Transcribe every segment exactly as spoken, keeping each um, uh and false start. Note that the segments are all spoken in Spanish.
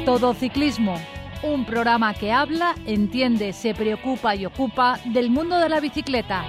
Todo Ciclismo, un programa que habla, entiende, se preocupa y ocupa del mundo de la bicicleta.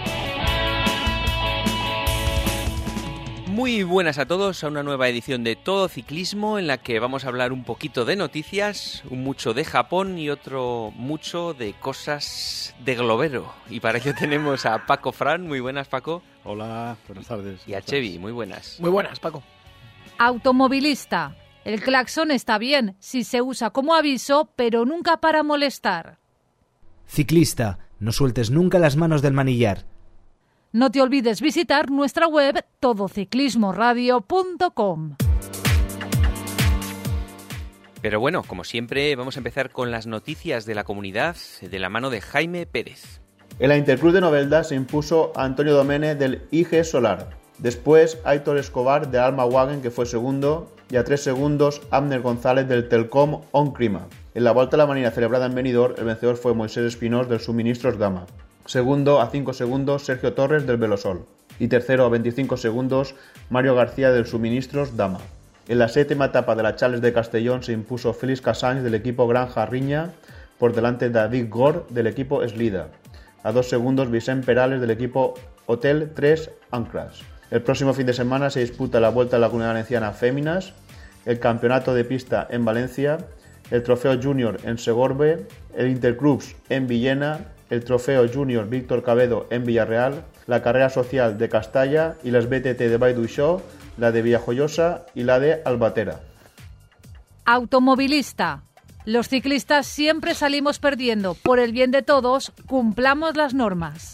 Muy buenas a todos a una nueva edición de Todo Ciclismo en la que vamos a hablar un poquito de noticias, un mucho de Japón y otro mucho de cosas de globero. Y para ello tenemos a Paco Fran. Muy buenas, Paco. Hola, buenas tardes. Y a Chevy. Muy buenas. Muy buenas, Paco. Automovilista. El claxon está bien si se usa como aviso, pero nunca para molestar. Ciclista. No sueltes nunca las manos del manillar. No te olvides visitar nuestra web todo ciclismo radio punto com. Pero bueno, como siempre, vamos a empezar con las noticias de la comunidad de la mano de Jaime Pérez. En la Interclub de Novelda se impuso Antonio Domene del I G Solar. Después, Aitor Escobar de Alma Wagen, que fue segundo, y a tres segundos Abner González del Telcom Oncrima. En la Volta a la Marina celebrada en Benidorm, el vencedor fue Moisés Espinós del Suministros Dama. Segundo, a cinco segundos, Sergio Torres del Velosol. Y tercero, a veinticinco segundos, Mario García del Suministros Dama. En la séptima etapa de la Challenge de Castellón se impuso Félix Casans del equipo Granja Riña por delante de David Gore del equipo Slida. A dos segundos, Vicent Perales del equipo Hotel tres Anclas. El próximo fin de semana se disputa la Vuelta a la Comunidad Valenciana Féminas, el Campeonato de Pista en Valencia, el Trofeo Junior en Segorbe, el Interclubs en Villena, el Trofeo Junior Víctor Cabedo en Villarreal, la Carrera Social de Castalla y las B T T de Baiduixó, la de Villajoyosa y la de Albatera. Automovilista. Los ciclistas siempre salimos perdiendo. Por el bien de todos, cumplamos las normas.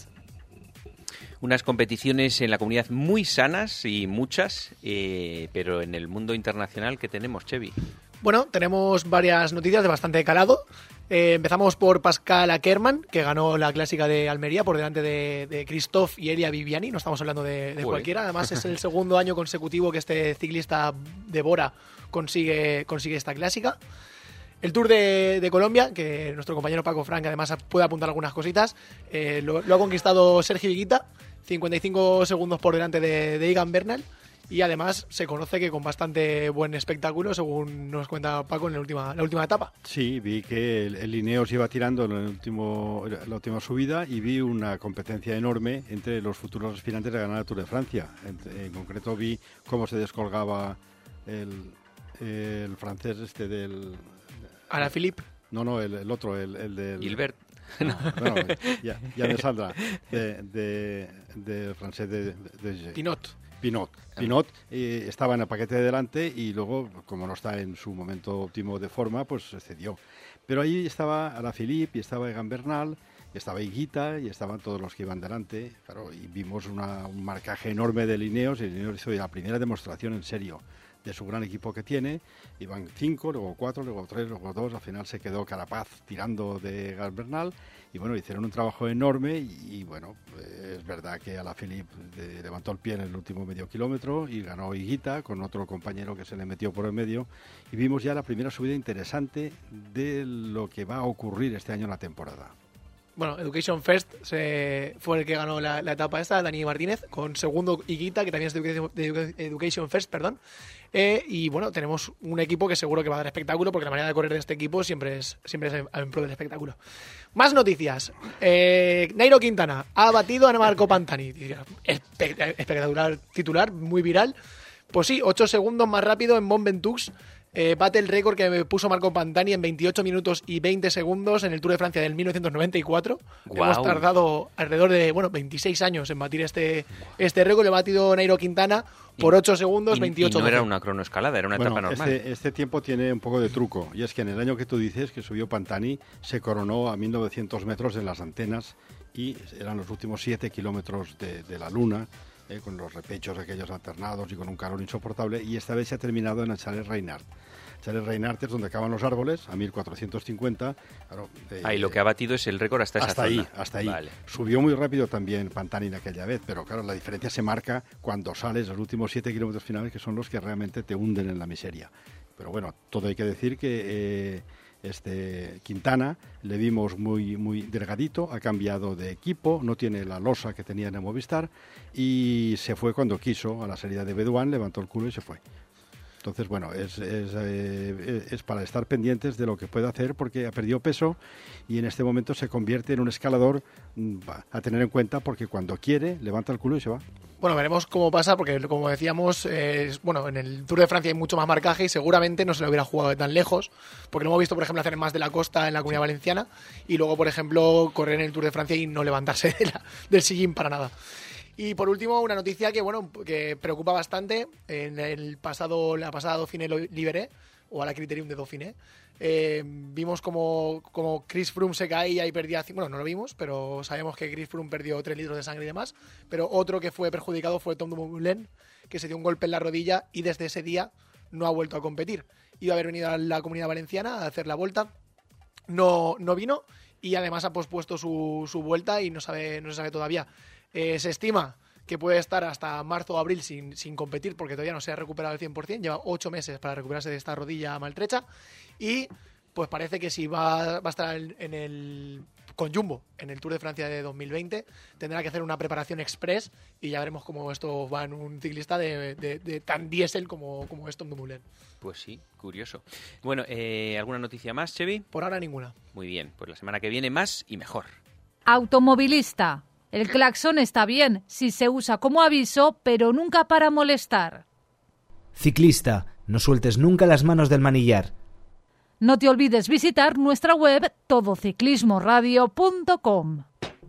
Unas competiciones en la comunidad muy sanas y muchas, eh, pero en el mundo internacional, ¿qué tenemos, Chevy? Bueno, tenemos varias noticias de bastante calado. Eh, empezamos por Pascal Ackermann, que ganó la clásica de Almería por delante de, de Christophe y Elia Viviani. No estamos hablando de, de cualquiera. Además, es el segundo año consecutivo que este ciclista de Bora consigue, consigue esta clásica. El Tour de, de Colombia, que nuestro compañero Paco Fran, que además puede apuntar algunas cositas, eh, lo, lo ha conquistado Sergi Higuita, cincuenta y cinco segundos por delante de, de Egan Bernal. Y además se conoce que con bastante buen espectáculo, según nos cuenta Paco en la última, la última etapa. Sí, vi que el, el Ineos iba tirando en el último, la última subida y vi una competencia enorme entre los futuros aspirantes a ganar el Tour de Francia. En, en concreto vi cómo se descolgaba el, el francés este del... Alaphilippe. No, no, el, el otro, el, el del... Gilbert. No, bueno, ya, ya me saldrá. De, de, de francés de... de, de Pinot. Pinot. Pinot eh, estaba en el paquete de delante y luego, como no está en su momento óptimo de forma, pues se cedió. Pero ahí estaba Alaphilippe y estaba Egan Bernal, y estaba Higuita y estaban todos los que iban delante. Claro, y vimos una, un marcaje enorme de Ineos y el Ineos hizo la primera demostración en serio de su gran equipo que tiene. Iban cinco, luego cuatro, luego tres, luego dos. Al final se quedó Carapaz tirando de Egan Bernal. Y bueno, hicieron un trabajo enorme y, y bueno, es verdad que Alaphilippe de, levantó el pie en el último medio kilómetro y ganó Higuita con otro compañero que se le metió por el medio. Y vimos ya la primera subida interesante de lo que va a ocurrir este año en la temporada. Bueno, Education First se, fue el que ganó la, la etapa esta, Dani Martínez, con segundo Higuita, que también es de, de Education First, perdón. Eh, y bueno, tenemos un equipo que seguro que va a dar espectáculo, porque la manera de correr de este equipo siempre es, siempre es en, en pro del espectáculo. Más noticias. Eh, Nairo Quintana ha batido a Marco Pantani. Espe- espectacular titular, muy viral. Pues sí, ocho segundos más rápido en Mont Ventoux. Eh, bate el récord que puso Marco Pantani en veintiocho minutos y veinte segundos en el Tour de Francia del mil novecientos noventa y cuatro. Wow. Hemos tardado alrededor de bueno veintiséis años en batir este, este récord. Le ha batido Nairo Quintana por ocho segundos, y, veintiocho. Y no era una cronoescalada, era una bueno, etapa normal. Este, este tiempo tiene un poco de truco, y es que en el año que tú dices que subió Pantani, se coronó a mil novecientos metros en las antenas y eran los últimos siete kilómetros de, de la luna. Eh, con los repechos aquellos alternados y con un calor insoportable, y esta vez se ha terminado en el Chalet Reynard. Chalet Reynard es donde acaban los árboles, a mil cuatrocientos cincuenta. Claro, eh, ah, y lo que ha batido es el récord hasta esa hasta zona. ahí, hasta ahí. Vale. Subió muy rápido también Pantani en aquella vez, pero claro, la diferencia se marca cuando sales los últimos siete kilómetros finales, que son los que realmente te hunden en la miseria. Pero bueno, todo hay que decir que... Eh, Este Quintana le vimos muy muy delgadito, ha cambiado de equipo, no tiene la losa que tenía en el Movistar y se fue cuando quiso a la salida de Bedouin, levantó el culo y se fue. Entonces, bueno, es, es, eh, es para estar pendientes de lo que puede hacer porque ha perdido peso y en este momento se convierte en un escalador a tener en cuenta porque cuando quiere levanta el culo y se va. Bueno, veremos cómo pasa porque, como decíamos, eh, bueno, en el Tour de Francia hay mucho más marcaje y seguramente no se lo hubiera jugado de tan lejos, porque lo hemos visto, por ejemplo, hacer más de la costa en la Comunidad Valenciana y luego, por ejemplo, correr en el Tour de Francia y no levantarse de la, del sillín para nada. Y por último, una noticia que bueno que preocupa bastante. En el pasado, la pasada Dauphiné Libéré, o a la Criterium de Dauphiné, eh, vimos como, como Chris Froome se caía y perdía... Bueno, no lo vimos, pero sabemos que Chris Froome perdió tres litros de sangre y demás. Pero otro que fue perjudicado fue Tom Dumoulin, que se dio un golpe en la rodilla y desde ese día no ha vuelto a competir. Iba a haber venido a la Comunidad Valenciana a hacer la Volta, no, no vino y además ha pospuesto su, su vuelta y no, sabe, no se sabe todavía. Eh, se estima que puede estar hasta marzo o abril sin, sin competir porque todavía no se ha recuperado al cien por ciento, lleva ocho meses para recuperarse de esta rodilla maltrecha y pues parece que si va, va a estar en el con Jumbo en el Tour de Francia de dos mil veinte tendrá que hacer una preparación express y ya veremos cómo esto va en un ciclista de, de, de tan diésel como, como es Tom Dumoulin. Pues sí, curioso. Bueno, eh, ¿alguna noticia más, Chevy? Por ahora ninguna. Muy bien, pues la semana que viene más y mejor. Automovilista. El claxon está bien si se usa como aviso, pero nunca para molestar. Ciclista, no sueltes nunca las manos del manillar. No te olvides visitar nuestra web todo ciclismo radio punto com.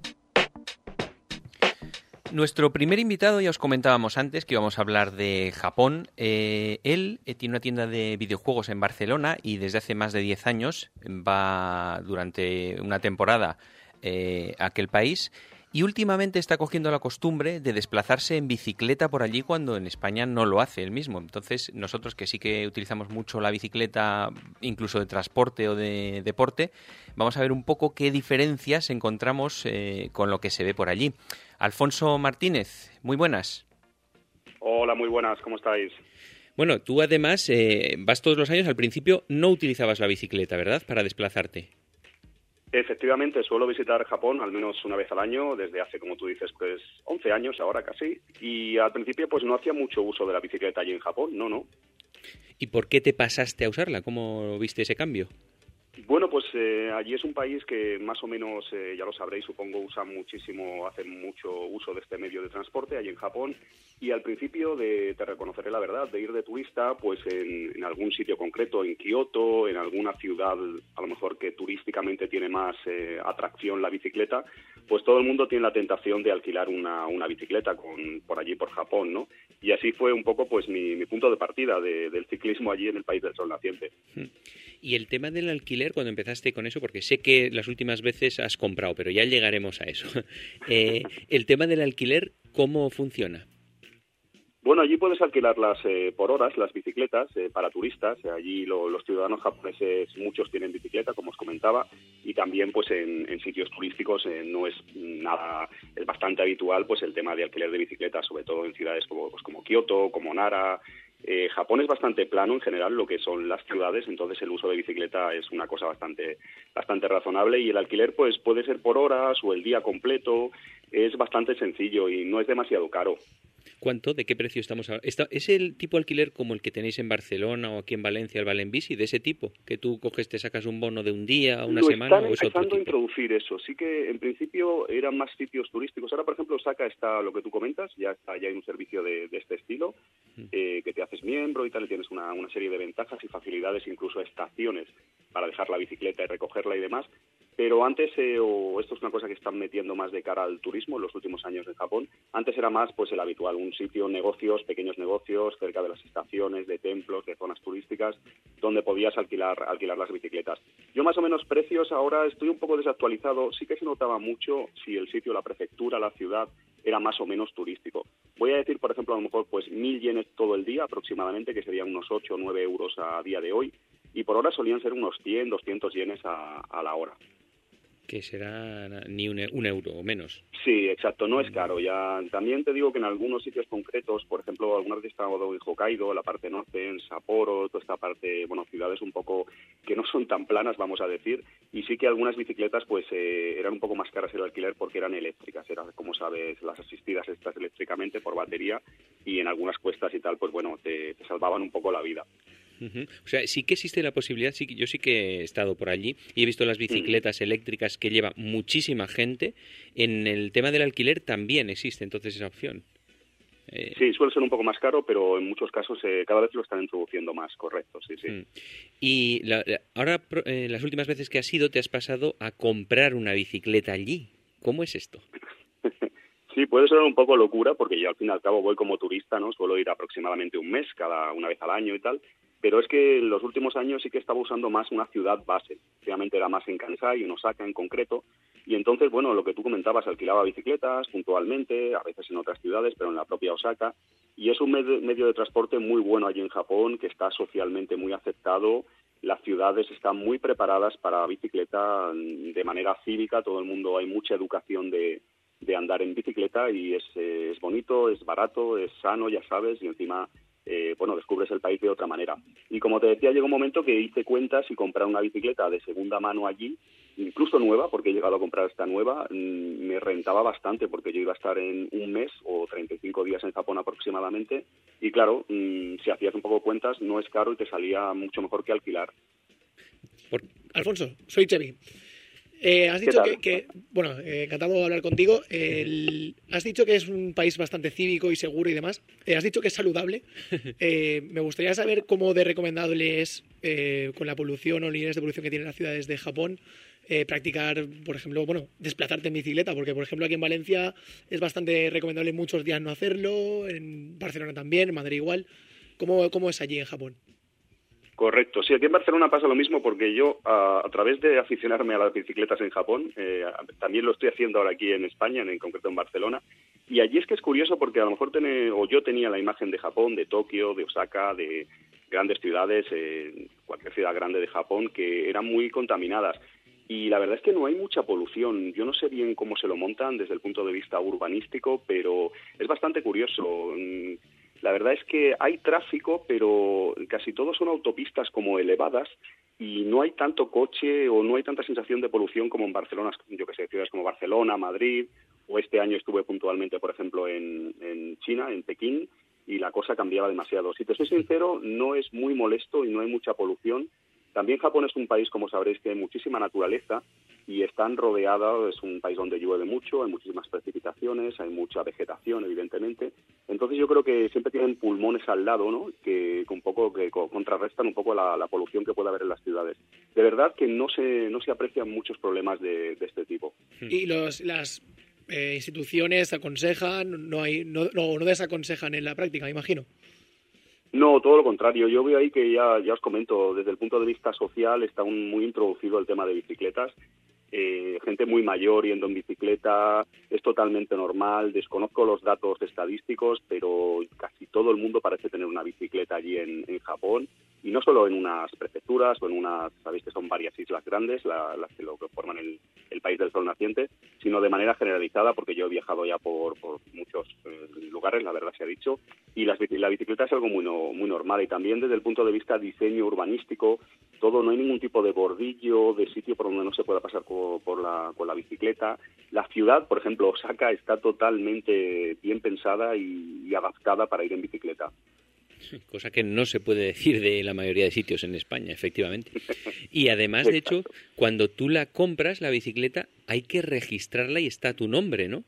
Nuestro primer invitado, ya os comentábamos antes que íbamos a hablar de Japón. Eh, él eh, tiene una tienda de videojuegos en Barcelona y desde hace más de diez años va durante una temporada eh, a aquel país. Y últimamente está cogiendo la costumbre de desplazarse en bicicleta por allí cuando en España no lo hace él mismo. Entonces, nosotros que sí que utilizamos mucho la bicicleta, incluso de transporte o de deporte, vamos a ver un poco qué diferencias encontramos eh, con lo que se ve por allí. Alfonso Martínez, muy buenas. Hola, muy buenas, ¿cómo estáis? Bueno, tú además eh, vas todos los años, al principio no utilizabas la bicicleta, ¿verdad?, para desplazarte. Efectivamente, suelo visitar Japón al menos una vez al año, desde hace, como tú dices, pues once años ahora casi, y al principio pues no hacía mucho uso de la bicicleta allí en Japón, no, no. ¿Y por qué te pasaste a usarla? ¿Cómo viste ese cambio? Bueno, pues eh, allí es un país que más o menos, eh, ya lo sabréis, supongo, usa muchísimo, hace mucho uso de este medio de transporte allí en Japón. Y al principio, de, te reconoceré la verdad, de ir de turista, pues en, en algún sitio concreto, en Kioto, en alguna ciudad, a lo mejor que turísticamente tiene más eh, atracción la bicicleta, pues todo el mundo tiene la tentación de alquilar una, una bicicleta con, por allí, por Japón, ¿no? Y así fue un poco pues mi, mi punto de partida de, del ciclismo allí en el país del sol naciente. Y el tema del alquiler, cuando empezaste con eso, porque sé que las últimas veces has comprado, pero ya llegaremos a eso. eh, el tema del alquiler, ¿cómo funciona? Bueno, allí puedes alquilarlas eh, por horas, las bicicletas, eh, para turistas. Allí lo, los ciudadanos japoneses, muchos tienen bicicleta, como os comentaba, y también pues en, en sitios turísticos eh, no es nada, es bastante habitual pues el tema de alquiler de bicicletas, sobre todo en ciudades como, pues, como Kioto, como Nara. Eh, Japón es bastante plano en general, lo que son las ciudades, entonces el uso de bicicleta es una cosa bastante bastante razonable y el alquiler pues puede ser por horas o el día completo, es bastante sencillo y no es demasiado caro. ¿Cuánto? ¿De qué precio estamos hablando? ¿Es el tipo de alquiler como el que tenéis en Barcelona o aquí en Valencia, el Valenbici, de ese tipo? ¿Que tú coges, te sacas un bono de un día, una Lo semana o es otro están empezando tipo? a introducir eso. Sí que en principio eran más sitios turísticos. Ahora, por ejemplo, Osaka está lo que tú comentas, ya está, ya hay un servicio de, de este estilo, eh, que te haces miembro y tal, y tienes una, una serie de ventajas y facilidades, incluso estaciones para dejar la bicicleta y recogerla y demás. Pero antes, eh, o esto es una cosa que están metiendo más de cara al turismo en los últimos años en Japón, antes era más pues el habitual, un sitio, negocios, pequeños negocios, cerca de las estaciones, de templos, de zonas turísticas, donde podías alquilar alquilar las bicicletas. Yo más o menos precios ahora estoy un poco desactualizado, sí que se notaba mucho si el sitio, la prefectura, la ciudad, era más o menos turístico. Voy a decir, por ejemplo, a lo mejor pues mil yenes todo el día aproximadamente, que serían unos ocho o nueve euros a día de hoy, y por hora solían ser unos cien, doscientos yenes a, a la hora. Que será ni un, un euro o menos. Sí, exacto, no es caro. Ya también te digo que en algunos sitios concretos, por ejemplo, algunas veces he estado en Hokkaido, la parte norte, en Sapporo, toda esta parte, bueno, ciudades un poco que no son tan planas, vamos a decir, y sí que algunas bicicletas pues eh, eran un poco más caras el alquiler porque eran eléctricas, eran, como sabes, las asistidas estas eléctricamente por batería, y en algunas cuestas y tal, pues bueno, te, te salvaban un poco la vida. Uh-huh. O sea, sí que existe la posibilidad, sí que yo sí que he estado por allí y he visto las bicicletas uh-huh. eléctricas que lleva muchísima gente. En el tema del alquiler también existe entonces esa opción. Eh... Sí, suele ser un poco más caro, pero en muchos casos eh, cada vez lo están introduciendo más, correcto, sí, sí. Uh-huh. Y la, ahora, eh, las últimas veces que has ido, te has pasado a comprar una bicicleta allí. ¿Cómo es esto? Sí, puede ser un poco locura, porque yo al fin y al cabo voy como turista, ¿no? Suelo ir aproximadamente un mes, cada una vez al año y tal, pero es que en los últimos años sí que estaba usando más una ciudad base. Obviamente era más en Kansai, en Osaka en concreto, y entonces, bueno, lo que tú comentabas, alquilaba bicicletas puntualmente, a veces en otras ciudades, pero en la propia Osaka, y es un med- medio de transporte muy bueno allí en Japón, que está socialmente muy aceptado. Las ciudades están muy preparadas para bicicleta de manera cívica, todo el mundo, hay mucha educación de de andar en bicicleta y es, eh, es bonito, es barato, es sano, ya sabes, y encima, eh, bueno, descubres el país de otra manera. Y como te decía, llegó un momento que hice cuentas y comprar una bicicleta de segunda mano allí, incluso nueva, porque he llegado a comprar esta nueva, mmm, me rentaba bastante, porque yo iba a estar en un mes o treinta y cinco días en Japón aproximadamente, y claro, mmm, si hacías un poco cuentas, no es caro y te salía mucho mejor que alquilar. Por... Alfonso, soy Chevy. Eh, has dicho que, que, bueno, eh, encantado de hablar contigo. El, has dicho que es un país bastante cívico y seguro y demás. Eh, has dicho que es saludable. Eh, me gustaría saber cómo de recomendable es, eh, con la polución o niveles de polución que tienen las ciudades de Japón, eh, practicar, por ejemplo, bueno, desplazarte en bicicleta, porque por ejemplo aquí en Valencia es bastante recomendable muchos días no hacerlo, en Barcelona también, en Madrid igual. ¿Cómo, cómo es allí en Japón? Correcto, sí, aquí en Barcelona pasa lo mismo porque yo, a, a través de aficionarme a las bicicletas en Japón, eh, también lo estoy haciendo ahora aquí en España, en, en concreto en Barcelona, y allí es que es curioso porque a lo mejor tené, o yo tenía la imagen de Japón, de Tokio, de Osaka, de grandes ciudades, eh, cualquier ciudad grande de Japón, que eran muy contaminadas. Y la verdad es que no hay mucha polución. Yo no sé bien cómo se lo montan desde el punto de vista urbanístico, pero es bastante curioso. La verdad es que hay tráfico, pero casi todo son autopistas como elevadas y no hay tanto coche o no hay tanta sensación de polución como en Barcelona, yo que sé, ciudades como Barcelona, Madrid, o este año estuve puntualmente, por ejemplo, en, en China, en Pekín, y la cosa cambiaba demasiado. Si te soy sincero, no es muy molesto y no hay mucha polución. También Japón es un país, como sabréis, que hay muchísima naturaleza y están rodeados, es un país donde llueve mucho, hay muchísimas precipitaciones, hay mucha vegetación, evidentemente. Entonces yo creo que siempre tienen pulmones al lado, ¿no? Que, que un poco que contrarrestan un poco la, la polución que puede haber en las ciudades. De verdad que no se no se aprecian muchos problemas de, de este tipo. Y los las eh, instituciones aconsejan, no hay no, no no desaconsejan en la práctica, me imagino. No, todo lo contrario. Yo veo ahí que ya, ya os comento, desde el punto de vista social está un, muy introducido el tema de bicicletas. Eh, gente muy mayor yendo en bicicleta, es totalmente normal. Desconozco los datos estadísticos, pero casi todo el mundo parece tener una bicicleta allí en, en Japón. Y no solo en unas prefecturas o en unas, sabéis que son varias islas grandes, la, las que lo que forman el, el país del sol naciente, sino de manera generalizada, porque yo he viajado ya por, por muchos eh, lugares, la verdad se ha dicho, y las, la bicicleta es algo muy, no, muy normal. Y también desde el punto de vista diseño urbanístico, todo, no hay ningún tipo de bordillo, de sitio por donde no se pueda pasar por, por la, con la bicicleta. La ciudad, por ejemplo, Osaka, está totalmente bien pensada y, y adaptada para ir en bicicleta. Cosa que no se puede decir de la mayoría de sitios en España, efectivamente. Y además, de hecho, cuando tú la compras, la bicicleta, hay que registrarla y está tu nombre, ¿no?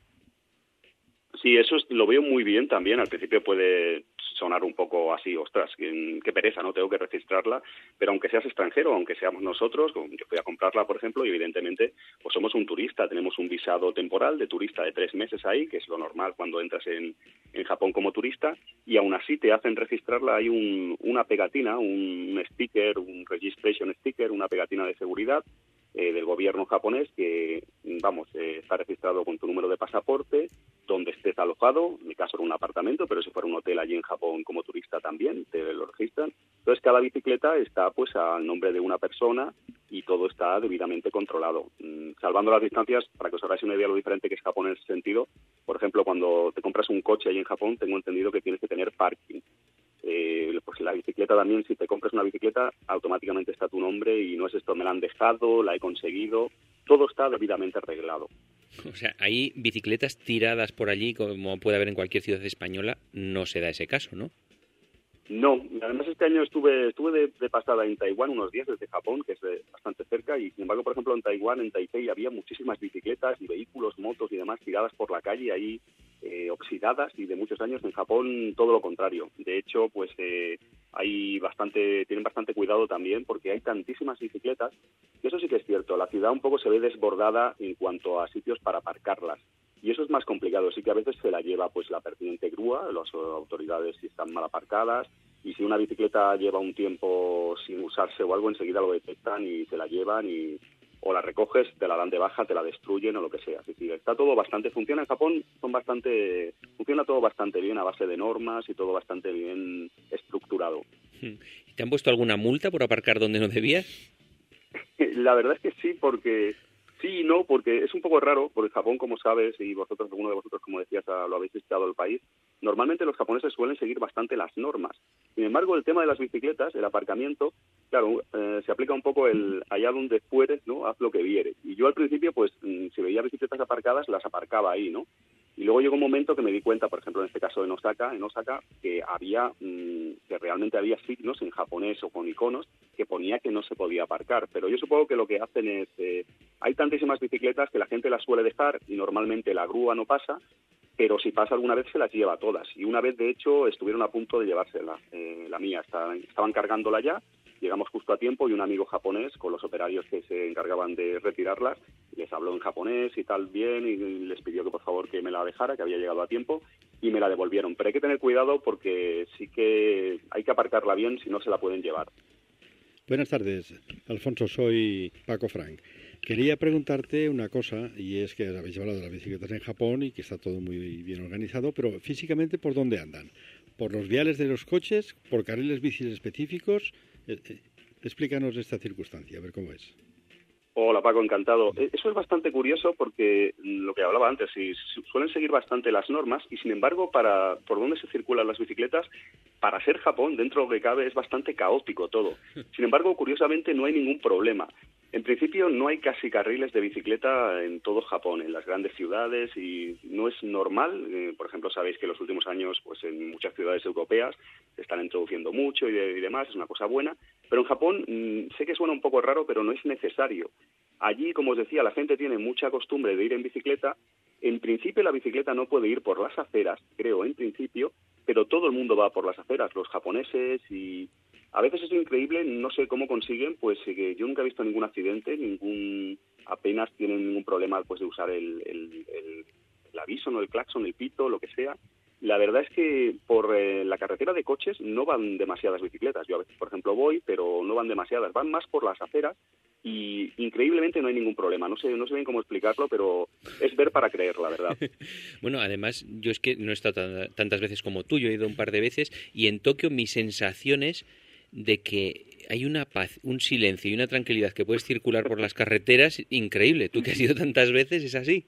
Sí, eso es, lo veo muy bien también. Al principio puede sonar un poco así, ostras, qué, qué pereza, ¿no? Tengo que registrarla, pero aunque seas extranjero, aunque seamos nosotros, yo fui a comprarla, por ejemplo, y evidentemente pues somos un turista, tenemos un visado temporal de turista de tres meses ahí, que es lo normal cuando entras en, en Japón como turista, y aún así te hacen registrarla. Hay un, una pegatina, un sticker, un registration sticker, una pegatina de seguridad, Eh, del gobierno japonés que, vamos, eh, está registrado con tu número de pasaporte, donde estés alojado, en mi caso era un apartamento, pero si fuera un hotel allí en Japón como turista también, te lo registran. Entonces cada bicicleta está pues al nombre de una persona y todo está debidamente controlado. Mm, salvando las distancias, para que os hagáis una idea de lo diferente que es Japón en ese sentido, por ejemplo, cuando te compras un coche allí en Japón, tengo entendido que tienes que tener parking. Eh, pues la bicicleta también, si te compras una bicicleta, automáticamente está tu nombre y no es esto, me la han dejado, la he conseguido, todo está debidamente arreglado. O sea, ahí bicicletas tiradas por allí, como puede haber en cualquier ciudad española, no se da ese caso, ¿no? No, además este año estuve estuve de, de pasada en Taiwán unos días desde Japón, que es de, bastante cerca, y sin embargo, por ejemplo, en Taiwán, en Taipei, había muchísimas bicicletas y vehículos, motos y demás tiradas por la calle ahí, eh, oxidadas y de muchos años. En Japón todo lo contrario. De hecho, pues eh, hay bastante, tienen bastante cuidado también porque hay tantísimas bicicletas, y eso sí que es cierto, la ciudad un poco se ve desbordada en cuanto a sitios para aparcarlas. Y eso es más complicado, sí que a veces se la lleva pues la pertinente grúa, las autoridades si están mal aparcadas, y si una bicicleta lleva un tiempo sin usarse o algo, enseguida lo detectan y se la llevan, y o la recoges, te la dan de baja, te la destruyen o lo que sea. Es decir, está todo bastante, funciona en Japón, son bastante, funciona todo bastante bien a base de normas y todo bastante bien estructurado. ¿Te han puesto alguna multa por aparcar donde no debías? La verdad es que sí, porque... Sí y no, porque es un poco raro, porque Japón, como sabes, y vosotros, alguno de vosotros, como decías, lo habéis visitado el país, normalmente los japoneses suelen seguir bastante las normas. Sin embargo, el tema de las bicicletas, el aparcamiento, claro, eh, se aplica un poco el allá donde fueres, ¿no? Haz lo que vieres. Y yo al principio, pues, si veía bicicletas aparcadas, las aparcaba ahí, ¿no? Y luego llegó un momento que me di cuenta, por ejemplo, en este caso en Osaka, en Osaka, que había, mmm, que realmente había signos en japonés o con iconos que ponía que no se podía aparcar. Pero yo supongo que lo que hacen es, eh, hay tantísimas bicicletas que la gente las suele dejar y normalmente la grúa no pasa, pero si pasa alguna vez se las lleva todas. Y una vez, de hecho, estuvieron a punto de llevársela, eh, la mía, está, estaban cargándola ya. Llegamos justo a tiempo y un amigo japonés con los operarios que se encargaban de retirarlas les habló en japonés y tal bien y les pidió que por favor que me la dejara, que había llegado a tiempo, y me la devolvieron. Pero hay que tener cuidado porque sí que hay que aparcarla bien, si no se la pueden llevar. Buenas tardes, Alfonso, soy Paco Frank. Quería preguntarte una cosa, y es que habéis hablado de las bicicletas en Japón y que está todo muy bien organizado, pero físicamente, ¿por dónde andan? ¿Por los viales de los coches? ¿Por carriles bicis específicos? Eh, eh, explícanos esta circunstancia, a ver cómo es. Hola Paco, encantado. Eso es bastante curioso porque lo que hablaba antes, sí, suelen seguir bastante las normas y sin embargo para por donde se circulan las bicicletas, para ser Japón, dentro de lo que cabe, es bastante caótico todo. Sin embargo, curiosamente no hay ningún problema. En principio no hay casi carriles de bicicleta en todo Japón, en las grandes ciudades, y no es normal. Eh, por ejemplo, sabéis que en los últimos años pues en muchas ciudades europeas se están introduciendo mucho y, de, y demás, es una cosa buena. Pero en Japón mmm, sé que suena un poco raro, pero no es necesario. Allí, como os decía, la gente tiene mucha costumbre de ir en bicicleta. En principio la bicicleta no puede ir por las aceras, creo, en principio, pero todo el mundo va por las aceras, los japoneses, y a veces es increíble, no sé cómo consiguen, pues que yo nunca he visto ningún accidente, ningún apenas tienen ningún problema pues de usar el, el, el, el aviso, no el claxon, el pito, lo que sea. La verdad es que por eh, la carretera de coches no van demasiadas bicicletas. Yo a veces, por ejemplo, voy, pero no van demasiadas. Van más por las aceras y increíblemente no hay ningún problema. No sé, no sé bien cómo explicarlo, pero es ver para creer, la verdad. Bueno, además, yo es que no he estado tan, tantas veces como tú. Yo he ido un par de veces y en Tokio mi sensación es de que hay una paz, un silencio y una tranquilidad que puedes circular por las carreteras increíble. Tú que has ido tantas veces, ¿es así?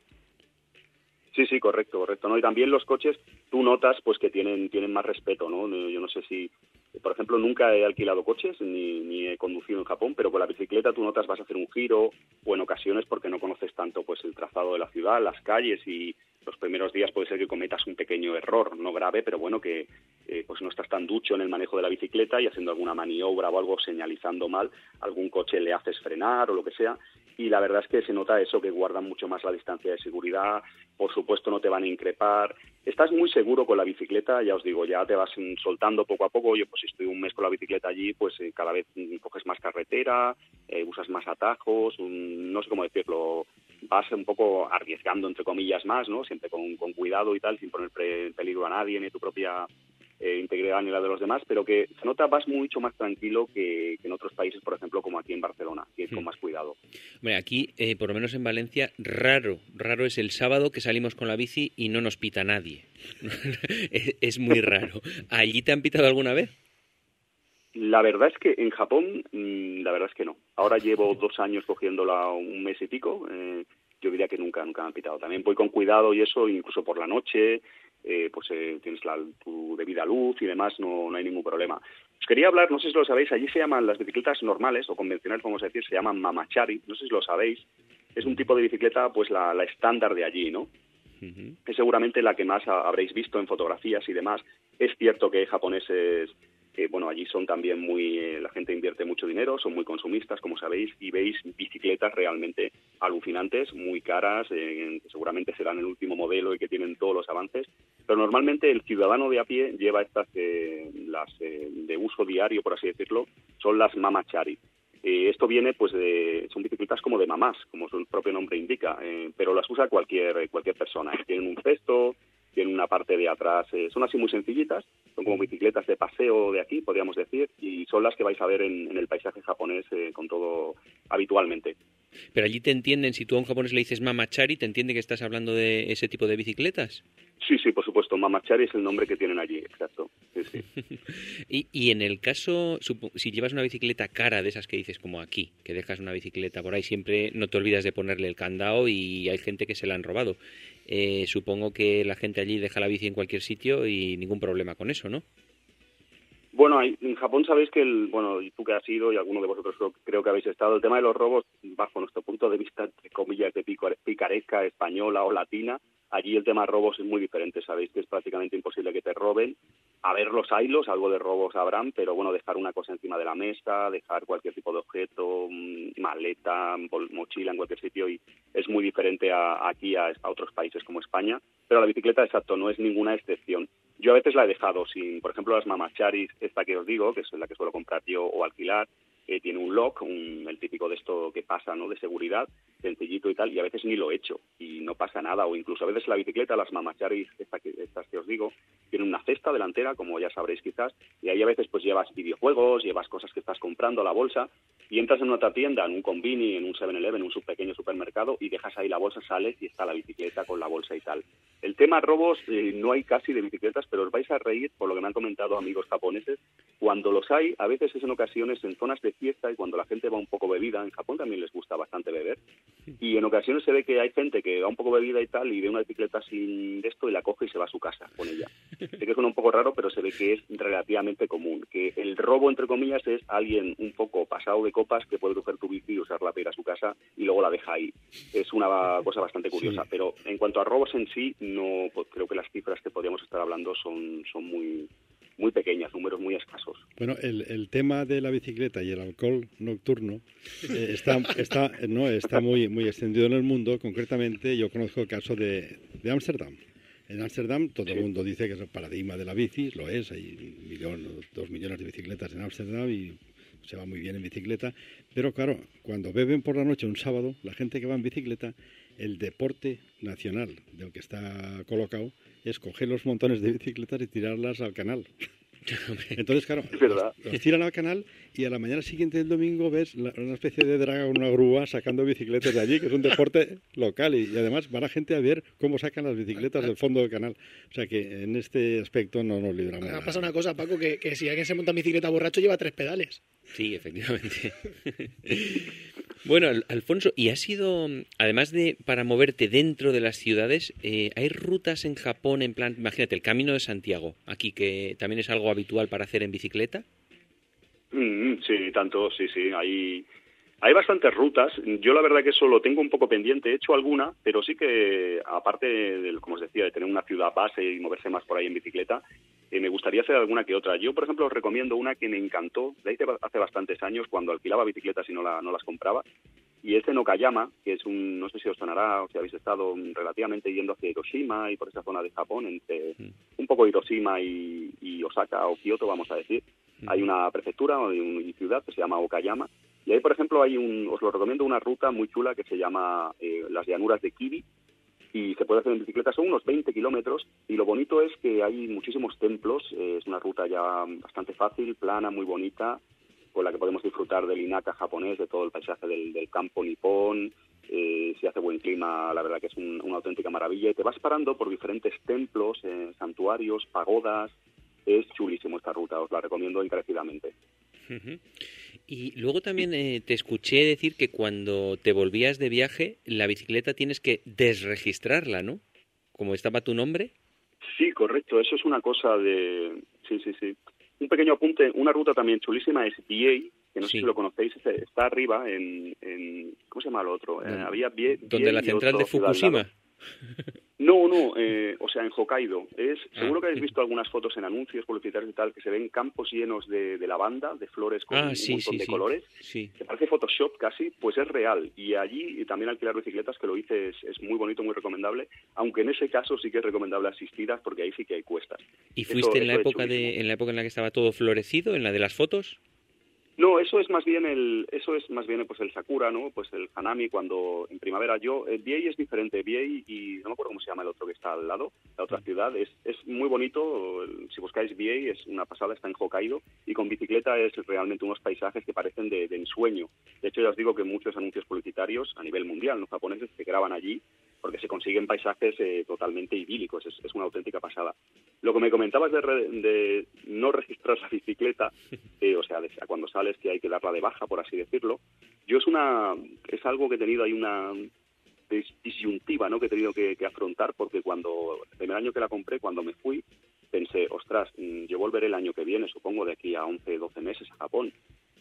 Sí, sí, correcto, correcto, ¿no? Y también los coches, tú notas pues que tienen tienen más respeto, ¿no? Yo no sé si, por ejemplo, nunca he alquilado coches ni, ni he conducido en Japón, pero con la bicicleta tú notas vas a hacer un giro o en ocasiones porque no conoces tanto pues el trazado de la ciudad, las calles, y los primeros días puede ser que cometas un pequeño error, no grave, pero bueno, que eh, pues no estás tan ducho en el manejo de la bicicleta y haciendo alguna maniobra o algo, señalizando mal, algún coche le haces frenar o lo que sea. Y la verdad es que se nota eso, que guardan mucho más la distancia de seguridad, por supuesto no te van a increpar, estás muy seguro con la bicicleta, ya os digo, ya te vas soltando poco a poco. Yo pues si estoy un mes con la bicicleta allí, pues eh, cada vez coges más carretera, eh, usas más atajos, un, no sé cómo decirlo, vas un poco arriesgando entre comillas más, ¿no? Siempre con, con cuidado y tal, sin poner pre- en peligro a nadie ni tu propia eh, integridad ni la de los demás, pero que se nota vas mucho más tranquilo que, que en otros países, por ejemplo, como aquí en Barcelona, que es con más cuidado. Hombre, aquí, eh, por lo menos en Valencia, raro, raro es el sábado que salimos con la bici y no nos pita nadie. es, es muy raro. ¿Allí te han pitado alguna vez? La verdad es que en Japón, la verdad es que no. Ahora llevo dos años cogiéndola, un mes y pico. Eh, yo diría que nunca, nunca me han pitado. También voy con cuidado y eso, incluso por la noche, eh, pues eh, tienes la, tu debida luz y demás, no, no hay ningún problema. Os quería hablar, no sé si lo sabéis, allí se llaman las bicicletas normales o convencionales, vamos a decir, se llaman mamachari, no sé si lo sabéis. Es un tipo de bicicleta, pues la, la estándar de allí, ¿no? Uh-huh. Es seguramente la que más habréis visto en fotografías y demás. Es cierto que hay japoneses que, bueno, allí son también muy... Eh, la gente invierte mucho dinero, son muy consumistas, como sabéis, y veis bicicletas realmente alucinantes, muy caras, eh, que seguramente serán el último modelo y que tienen todos los avances, pero normalmente el ciudadano de a pie lleva estas, eh, las eh, de uso diario, por así decirlo, son las mamachari. Eh, esto viene, pues, de, son bicicletas como de mamás, como su propio nombre indica, eh, pero las usa cualquier cualquier persona. Tienen un cesto, tienen una parte de atrás, eh, son así muy sencillitas, son como bicicletas de paseo de aquí, podríamos decir, y son las que vais a ver en, en el paisaje japonés eh, con todo habitualmente. Pero allí te entienden, si tú a un japonés le dices mamachari, ¿te entiende que estás hablando de ese tipo de bicicletas? Sí, sí, por supuesto, mamachari es el nombre que tienen allí, exacto. Sí, sí. y, y en el caso, si llevas una bicicleta cara de esas que dices como aquí, que dejas una bicicleta por ahí, siempre no te olvidas de ponerle el candado y hay gente que se la han robado. Eh, supongo que la gente allí deja la bici en cualquier sitio y ningún problema con eso, ¿no? Bueno, hay, en Japón sabéis que, el, bueno, y tú que has ido y alguno de vosotros creo, creo que habéis estado, el tema de los robos, bajo nuestro punto de vista, entre comillas, de picaresca española o latina, allí el tema de robos es muy diferente. Sabéis que es prácticamente imposible que te roben. A ver, los haylos, algo de robos habrán, pero bueno, dejar una cosa encima de la mesa, dejar cualquier tipo de objeto, maleta, mochila en cualquier sitio, y es muy diferente a, aquí a, a otros países como España. Pero la bicicleta, exacto, no es ninguna excepción. Yo a veces la he dejado sin, por ejemplo, las mamacharis, esta que os digo, que es la que suelo comprar yo o alquilar, eh, tiene un lock, un, el típico de esto que pasa, ¿no?, de seguridad, sencillito y tal, y a veces ni lo he hecho y no pasa nada. O incluso a veces la bicicleta, las mamacharis, esta que, estas que os digo, tienen una cesta delantera, como ya sabréis quizás, y ahí a veces pues llevas videojuegos, llevas cosas que estás comprando a la bolsa, y entras en otra tienda, en un Convini, en un seven eleven, en un sub pequeño supermercado, y dejas ahí la bolsa, sales y está la bicicleta con la bolsa y tal. El tema robos, eh, no hay casi de bicicletas, pero os vais a reír por lo que me han comentado amigos japoneses. Cuando los hay, a veces es en ocasiones en zonas de fiesta y cuando la gente va un poco bebida. En Japón también les gusta bastante beber. Y en ocasiones se ve que hay gente que va un poco bebida y tal y ve una bicicleta sin esto y la coge y se va a su casa con ella. Sé que suena un poco raro, pero se ve que es relativamente común. Que el robo, entre comillas, es alguien un poco pasado de copas que puede coger tu bici y usarla para ir a su casa y luego la deja ahí. Es una cosa bastante curiosa. Sí. Pero en cuanto a robos en sí, no, pues creo que las cifras que podríamos estar hablando son, son muy... muy pequeñas, números muy escasos. Bueno, el, el tema de la bicicleta y el alcohol nocturno eh, está, está, no, está muy, muy extendido en el mundo. Concretamente, yo conozco el caso de de Ámsterdam. En Ámsterdam todo sí. el mundo dice que es el paradigma de la bici, lo es, hay un millón, dos millones de bicicletas en Ámsterdam y se va muy bien en bicicleta, pero claro, cuando beben por la noche un sábado, la gente que va en bicicleta, el deporte nacional del que está colocado es coger los montones de bicicletas y tirarlas al canal. Entonces, claro, los, los tiran al canal y a la mañana siguiente del domingo ves la, una especie de draga con una grúa sacando bicicletas de allí, que es un deporte local, y, y además va la gente a ver cómo sacan las bicicletas del fondo del canal. O sea que en este aspecto no nos libramos. Me pasa una cosa, Paco, que, que si alguien se monta en bicicleta borracho lleva tres pedales. Sí, efectivamente. Bueno, Alfonso, ¿y ha sido, además de para moverte dentro de las ciudades, eh, hay rutas en Japón en plan, imagínate, el Camino de Santiago, aquí, que también es algo habitual para hacer en bicicleta? Mm, sí, tanto, sí, sí, hay, hay bastantes rutas. Yo la verdad que eso lo tengo un poco pendiente, he hecho alguna, pero sí que, aparte, de, como os decía, de tener una ciudad base y moverse más por ahí en bicicleta, Eh, me gustaría hacer alguna que otra. Yo, por ejemplo, os recomiendo una que me encantó, la hice hace bastantes años cuando alquilaba bicicletas y no, la, no las compraba, y es en Okayama, que es un, no sé si os sonará o si habéis estado relativamente yendo hacia Hiroshima y por esa zona de Japón, entre mm. un poco Hiroshima y, y Osaka o Kioto, vamos a decir. Mm. Hay una prefectura o una ciudad que se llama Okayama, y ahí, por ejemplo, hay un, os lo recomiendo, una ruta muy chula que se llama eh, las llanuras de Kibi, y se puede hacer en bicicleta. Son unos veinte kilómetros y lo bonito es que hay muchísimos templos. Eh, es una ruta ya bastante fácil, plana, muy bonita, con la que podemos disfrutar del Inaka japonés, de todo el paisaje del, del campo nipón. Eh, si hace buen clima, la verdad que es un, una auténtica maravilla. Y te vas parando por diferentes templos, eh, santuarios, pagodas. Es chulísimo esta ruta, os la recomiendo encarecidamente. Uh-huh. Y luego también eh, te escuché decir que cuando te volvías de viaje, la bicicleta tienes que desregistrarla, ¿no? Como estaba tu nombre. Sí, correcto. Eso es una cosa de... Sí, sí, sí. Un pequeño apunte. Una ruta también chulísima es V A, que no sí. sé si lo conocéis. Está arriba en... en ¿cómo se llama el otro? Eh, había V A, ¿Donde la central de Fukushima? No, no, eh, o sea, en Hokkaido. Es, seguro ah. que habéis visto algunas fotos en anuncios publicitarios y tal, que se ven campos llenos de, de lavanda, de flores con ah, un sí, montón sí, de sí. colores. Sí. Que parece Photoshop casi, pues es real. Y allí y también alquilar bicicletas, que lo hice, es, es muy bonito, muy recomendable. Aunque en ese caso sí que es recomendable asistidas, porque ahí sí que hay cuestas. ¿Y fuiste eso, en la eso época de, en la época en la que estaba todo florecido, en la de las fotos? No, eso es más bien el, eso es más bien pues el sakura, ¿no? Pues el hanami cuando en primavera. Yo, el V A es diferente, V A y no me acuerdo cómo se llama el otro que está al lado, la otra ciudad, es, es muy bonito. Si buscáis V A es una pasada, está en Hokkaido y con bicicleta es realmente unos paisajes que parecen de, de ensueño. De hecho, ya os digo que muchos anuncios publicitarios a nivel mundial, los japoneses, se graban allí porque se consiguen paisajes eh, totalmente idílicos, es, es una auténtica pasada. Lo que me comentabas de, re, de no registrar la bicicleta, eh, o sea, de, cuando sales que hay que darla de baja, por así decirlo, yo es una es algo que he tenido ahí una disyuntiva, ¿no? que he tenido que, que afrontar, porque cuando el primer año que la compré, cuando me fui, pensé, ostras, yo volveré el año que viene, supongo de aquí a once, doce meses a Japón.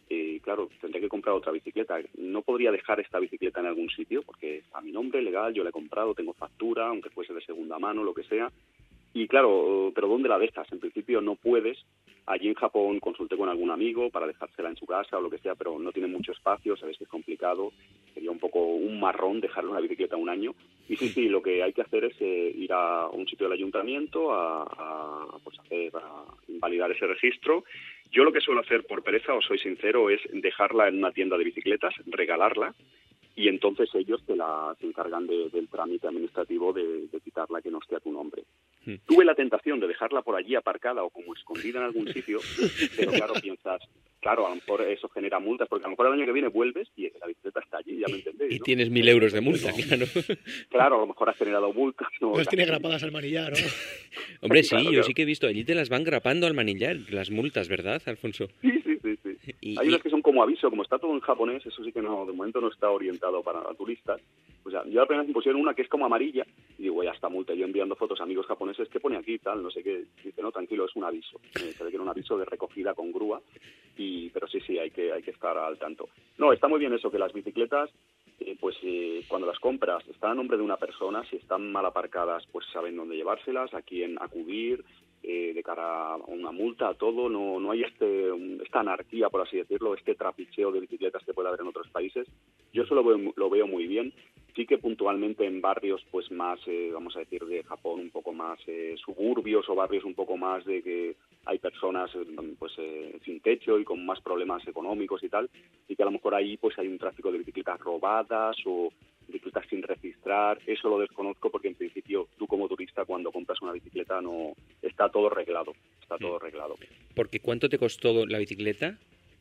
Y claro, tendré que comprar otra bicicleta. No podría dejar esta bicicleta en algún sitio porque a mi nombre, legal, yo la he comprado, tengo factura, aunque fuese de segunda mano, lo que sea. Y claro, pero ¿dónde la dejas? En principio no puedes. Allí en Japón consulté con algún amigo para dejársela en su casa o lo que sea, pero no tiene mucho espacio, sabes que es complicado. Sería un poco un marrón dejarle una bicicleta un año. Y sí, sí, lo que hay que hacer es eh, ir a un sitio del ayuntamiento a, a, pues hacer, a invalidar ese registro. Yo lo que suelo hacer por pereza, os soy sincero, es dejarla en una tienda de bicicletas, regalarla, y entonces ellos te la se encargan de, del trámite administrativo de, de quitarla que no esté a tu nombre. Hmm. Tuve la tentación de dejarla por allí aparcada o como escondida en algún sitio, pero claro, piensas, claro, a lo mejor eso genera multas, porque a lo mejor el año que viene vuelves y la bicicleta está allí, ya me entendéis, Y ¿no? tienes mil euros de multa, no, claro. Claro, a lo mejor has generado multas. No, las tiene grapadas al manillar, ¿no? Hombre, sí, claro, yo claro. sí que he visto, allí te las van grapando al manillar, las multas, ¿verdad, Alfonso? Sí, sí, sí, sí. Y, Hay unas que son como aviso, como está todo en japonés, eso sí que no, de momento no está orientado para turistas. O sea, yo apenas me pusieron una que es como amarilla, y digo, ya está multa, yo enviando fotos a amigos japoneses, ¿qué pone aquí tal? No sé qué. Dice, no, tranquilo, es un aviso. Eh, se ve que era un aviso de recogida con grúa, y pero sí, sí, hay que, hay que estar al tanto. No, está muy bien eso, que las bicicletas, eh, pues eh, cuando las compras, están a nombre de una persona, si están mal aparcadas, pues saben dónde llevárselas, a quién acudir, eh, de cara a una multa, a todo. No, no hay este esta anarquía, por así decirlo, este trapicheo de bicicletas que puede haber en otros países. Yo eso lo veo, lo veo muy bien. Sí que puntualmente en barrios pues más, eh, vamos a decir, de Japón, un poco más eh, suburbios o barrios un poco más de que hay personas pues eh, sin techo y con más problemas económicos y tal, y que a lo mejor ahí pues hay un tráfico de bicicletas robadas o bicicletas sin registrar. Eso lo desconozco porque en principio tú como turista cuando compras una bicicleta no está todo reglado, está todo reglado. Porque ¿cuánto te costó la bicicleta?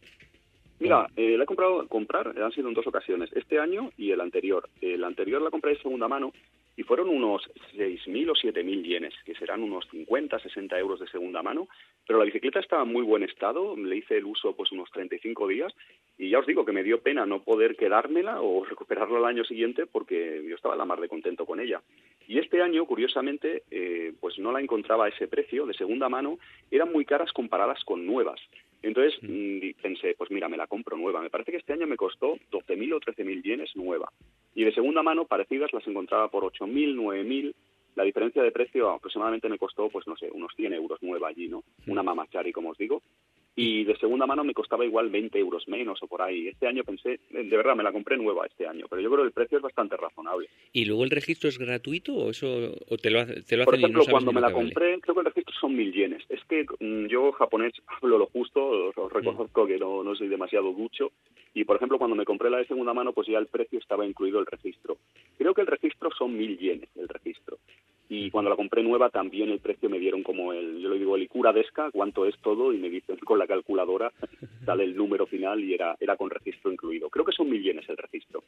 Mira, eh, la he comprado, comprar, han sido en dos ocasiones, este año y el anterior. El anterior la compré de segunda mano y fueron unos seis mil o siete mil yenes, que serán unos cincuenta, sesenta euros de segunda mano, pero la bicicleta estaba en muy buen estado, le hice el uso pues unos treinta y cinco días y ya os digo que me dio pena no poder quedármela o recuperarla al año siguiente porque yo estaba a la mar de contento con ella. Y este año, curiosamente, eh, pues no la encontraba a ese precio de segunda mano, eran muy caras comparadas con nuevas. Entonces mm, pensé, pues mira, me la compro nueva. Me parece que este año me costó doce mil o trece mil yenes nueva. Y de segunda mano, parecidas, las encontraba por ocho mil, nueve mil. La diferencia de precio aproximadamente me costó, pues no sé, unos cien euros nueva allí, ¿no? Una Mamachari, como os digo. Y de segunda mano me costaba igual veinte euros menos o por ahí. Este año pensé, de verdad, me la compré nueva este año, pero yo creo que el precio es bastante razonable. ¿Y luego el registro es gratuito o eso o te lo, hace, te lo por hacen ejemplo, y no sabes cuando ni me lo la que vale? compré, creo que el registro son mil yenes. Es que mm, yo japonés hablo lo justo, os, os reconozco que no, no soy demasiado ducho, y por ejemplo cuando me compré la de segunda mano pues ya el precio estaba incluido el registro. Creo que el registro son mil yenes, el registro. Y cuando la compré nueva también el precio me dieron como el, yo le digo el Ikura Deska, cuánto es todo, y me dicen con la calculadora sale el número final y era, era con registro incluido. Creo que son mil yenes el registro.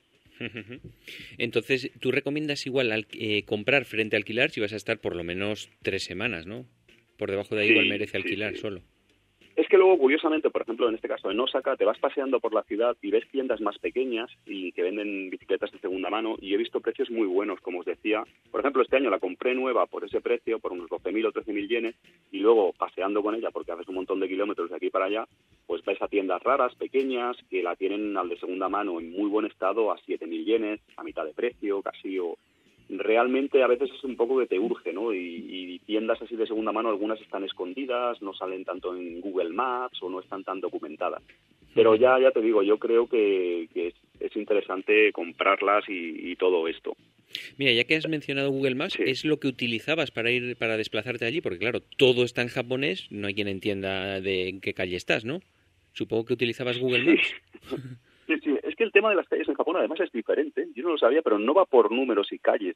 Entonces, tú recomiendas igual al, eh, comprar frente a alquilar si vas a estar por lo menos tres semanas, ¿no? Por debajo de ahí sí, igual merece alquilar sí, sí. solo. Es que luego, curiosamente, por ejemplo, en este caso en Osaka, te vas paseando por la ciudad y ves tiendas más pequeñas y que venden bicicletas de segunda mano, y he visto precios muy buenos, como os decía. Por ejemplo, este año la compré nueva por ese precio, por unos doce mil o trece mil yenes, y luego paseando con ella, porque haces un montón de kilómetros de aquí para allá, pues ves a tiendas raras, pequeñas, que la tienen al de segunda mano en muy buen estado a siete mil yenes, a mitad de precio, casi, o... Realmente a veces es un poco que te urge, ¿no? Y, y tiendas así de segunda mano, algunas están escondidas, no salen tanto en Google Maps o no están tan documentadas. Pero ya ya te digo, yo creo que, que es, es interesante comprarlas y, y todo esto. Mira, ya que has mencionado Google Maps, sí. ¿Es lo que utilizabas para ir para desplazarte allí? Porque claro, todo está en japonés, no hay quien entienda de en qué calle estás, ¿no? Supongo que utilizabas Google Maps. Sí. Sí, sí, es que el tema de las calles en Japón además es diferente, yo no lo sabía, pero no va por números y calles,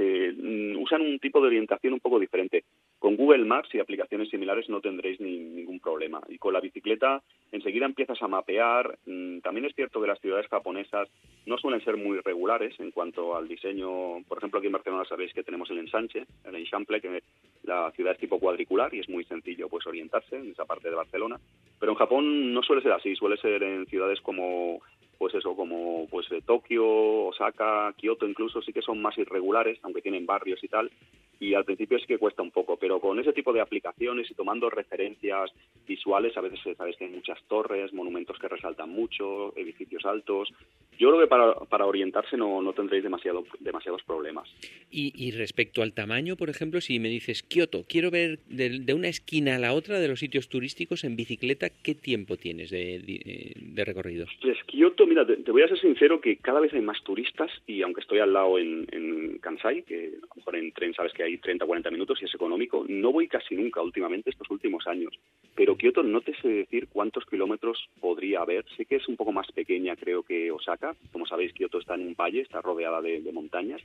eh, usan un tipo de orientación un poco diferente. Con Google Maps y aplicaciones similares no tendréis ni, ningún problema, y con la bicicleta enseguida empiezas a mapear. También es cierto que las ciudades japonesas no suelen ser muy regulares en cuanto al diseño. Por ejemplo, aquí en Barcelona sabéis que tenemos el ensanche, el Eixample, que la ciudad es tipo cuadricular y es muy sencillo pues orientarse en esa parte de Barcelona, pero en Japón no suele ser así, suele ser en ciudades como pues eso, como pues Tokio, Osaka, Kioto incluso, sí que son más irregulares, aunque tienen barrios y tal, y al principio sí que cuesta un poco, pero con ese tipo de aplicaciones y tomando referencias visuales, a veces sabes que hay muchas torres, monumentos que resaltan mucho, edificios altos. Yo creo que para, para orientarse no, no tendréis demasiado, demasiados problemas. Y, y respecto al tamaño, por ejemplo, si me dices Kioto, quiero ver de, de una esquina a la otra de los sitios turísticos en bicicleta, ¿qué tiempo tienes de, de, de recorrido? Pues Kioto, mira, te, te voy a ser sincero que cada vez hay más turistas, y aunque estoy al lado en, en Kansai, que a lo mejor en tren sabes que hay treinta o cuarenta minutos y es económico, no voy casi nunca últimamente estos últimos años. Pero Kioto no te sé decir cuántos kilómetros podría haber. Sé que es un poco más pequeña, creo, que Osaka. Como sabéis, Kioto está en un valle, está rodeada de, de montañas.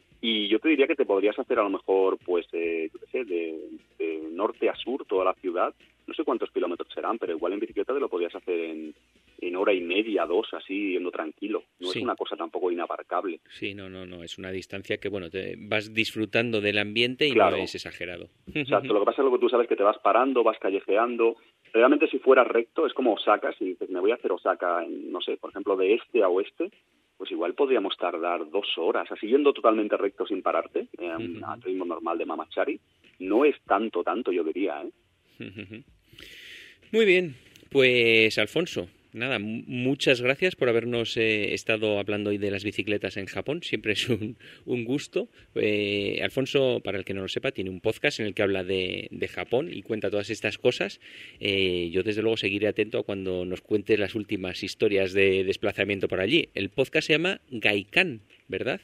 Y yo te diría que te podrías hacer a lo mejor, pues, eh, yo qué sé, de, de norte a sur toda la ciudad. No sé cuántos kilómetros serán, pero igual en bicicleta te lo podrías hacer en, en hora y media, dos, así, yendo tranquilo. No sí. Es una cosa tampoco inabarcable. Sí, no, no, no. Es una distancia que, bueno, te vas disfrutando del ambiente y claro. No es exagerado. Exacto. Lo que pasa es que tú sabes que te vas parando, vas callejeando. Realmente si fuera recto, es como Osaka. Si dices, me voy a hacer Osaka, en, no sé, por ejemplo, de este a oeste, pues igual podríamos tardar dos horas, así yendo totalmente recto sin pararte, eh, uh-huh. al ritmo normal de Mamachari. No es tanto, tanto, yo diría, ¿eh? Uh-huh. Muy bien, pues Alfonso, nada, m- muchas gracias por habernos eh, estado hablando hoy de las bicicletas en Japón, siempre es un, un gusto. Eh, Alfonso, para el que no lo sepa, tiene un podcast en el que habla de, de Japón y cuenta todas estas cosas. Eh, yo desde luego seguiré atento a cuando nos cuentes las últimas historias de desplazamiento por allí. El podcast se llama Gaikan, ¿verdad?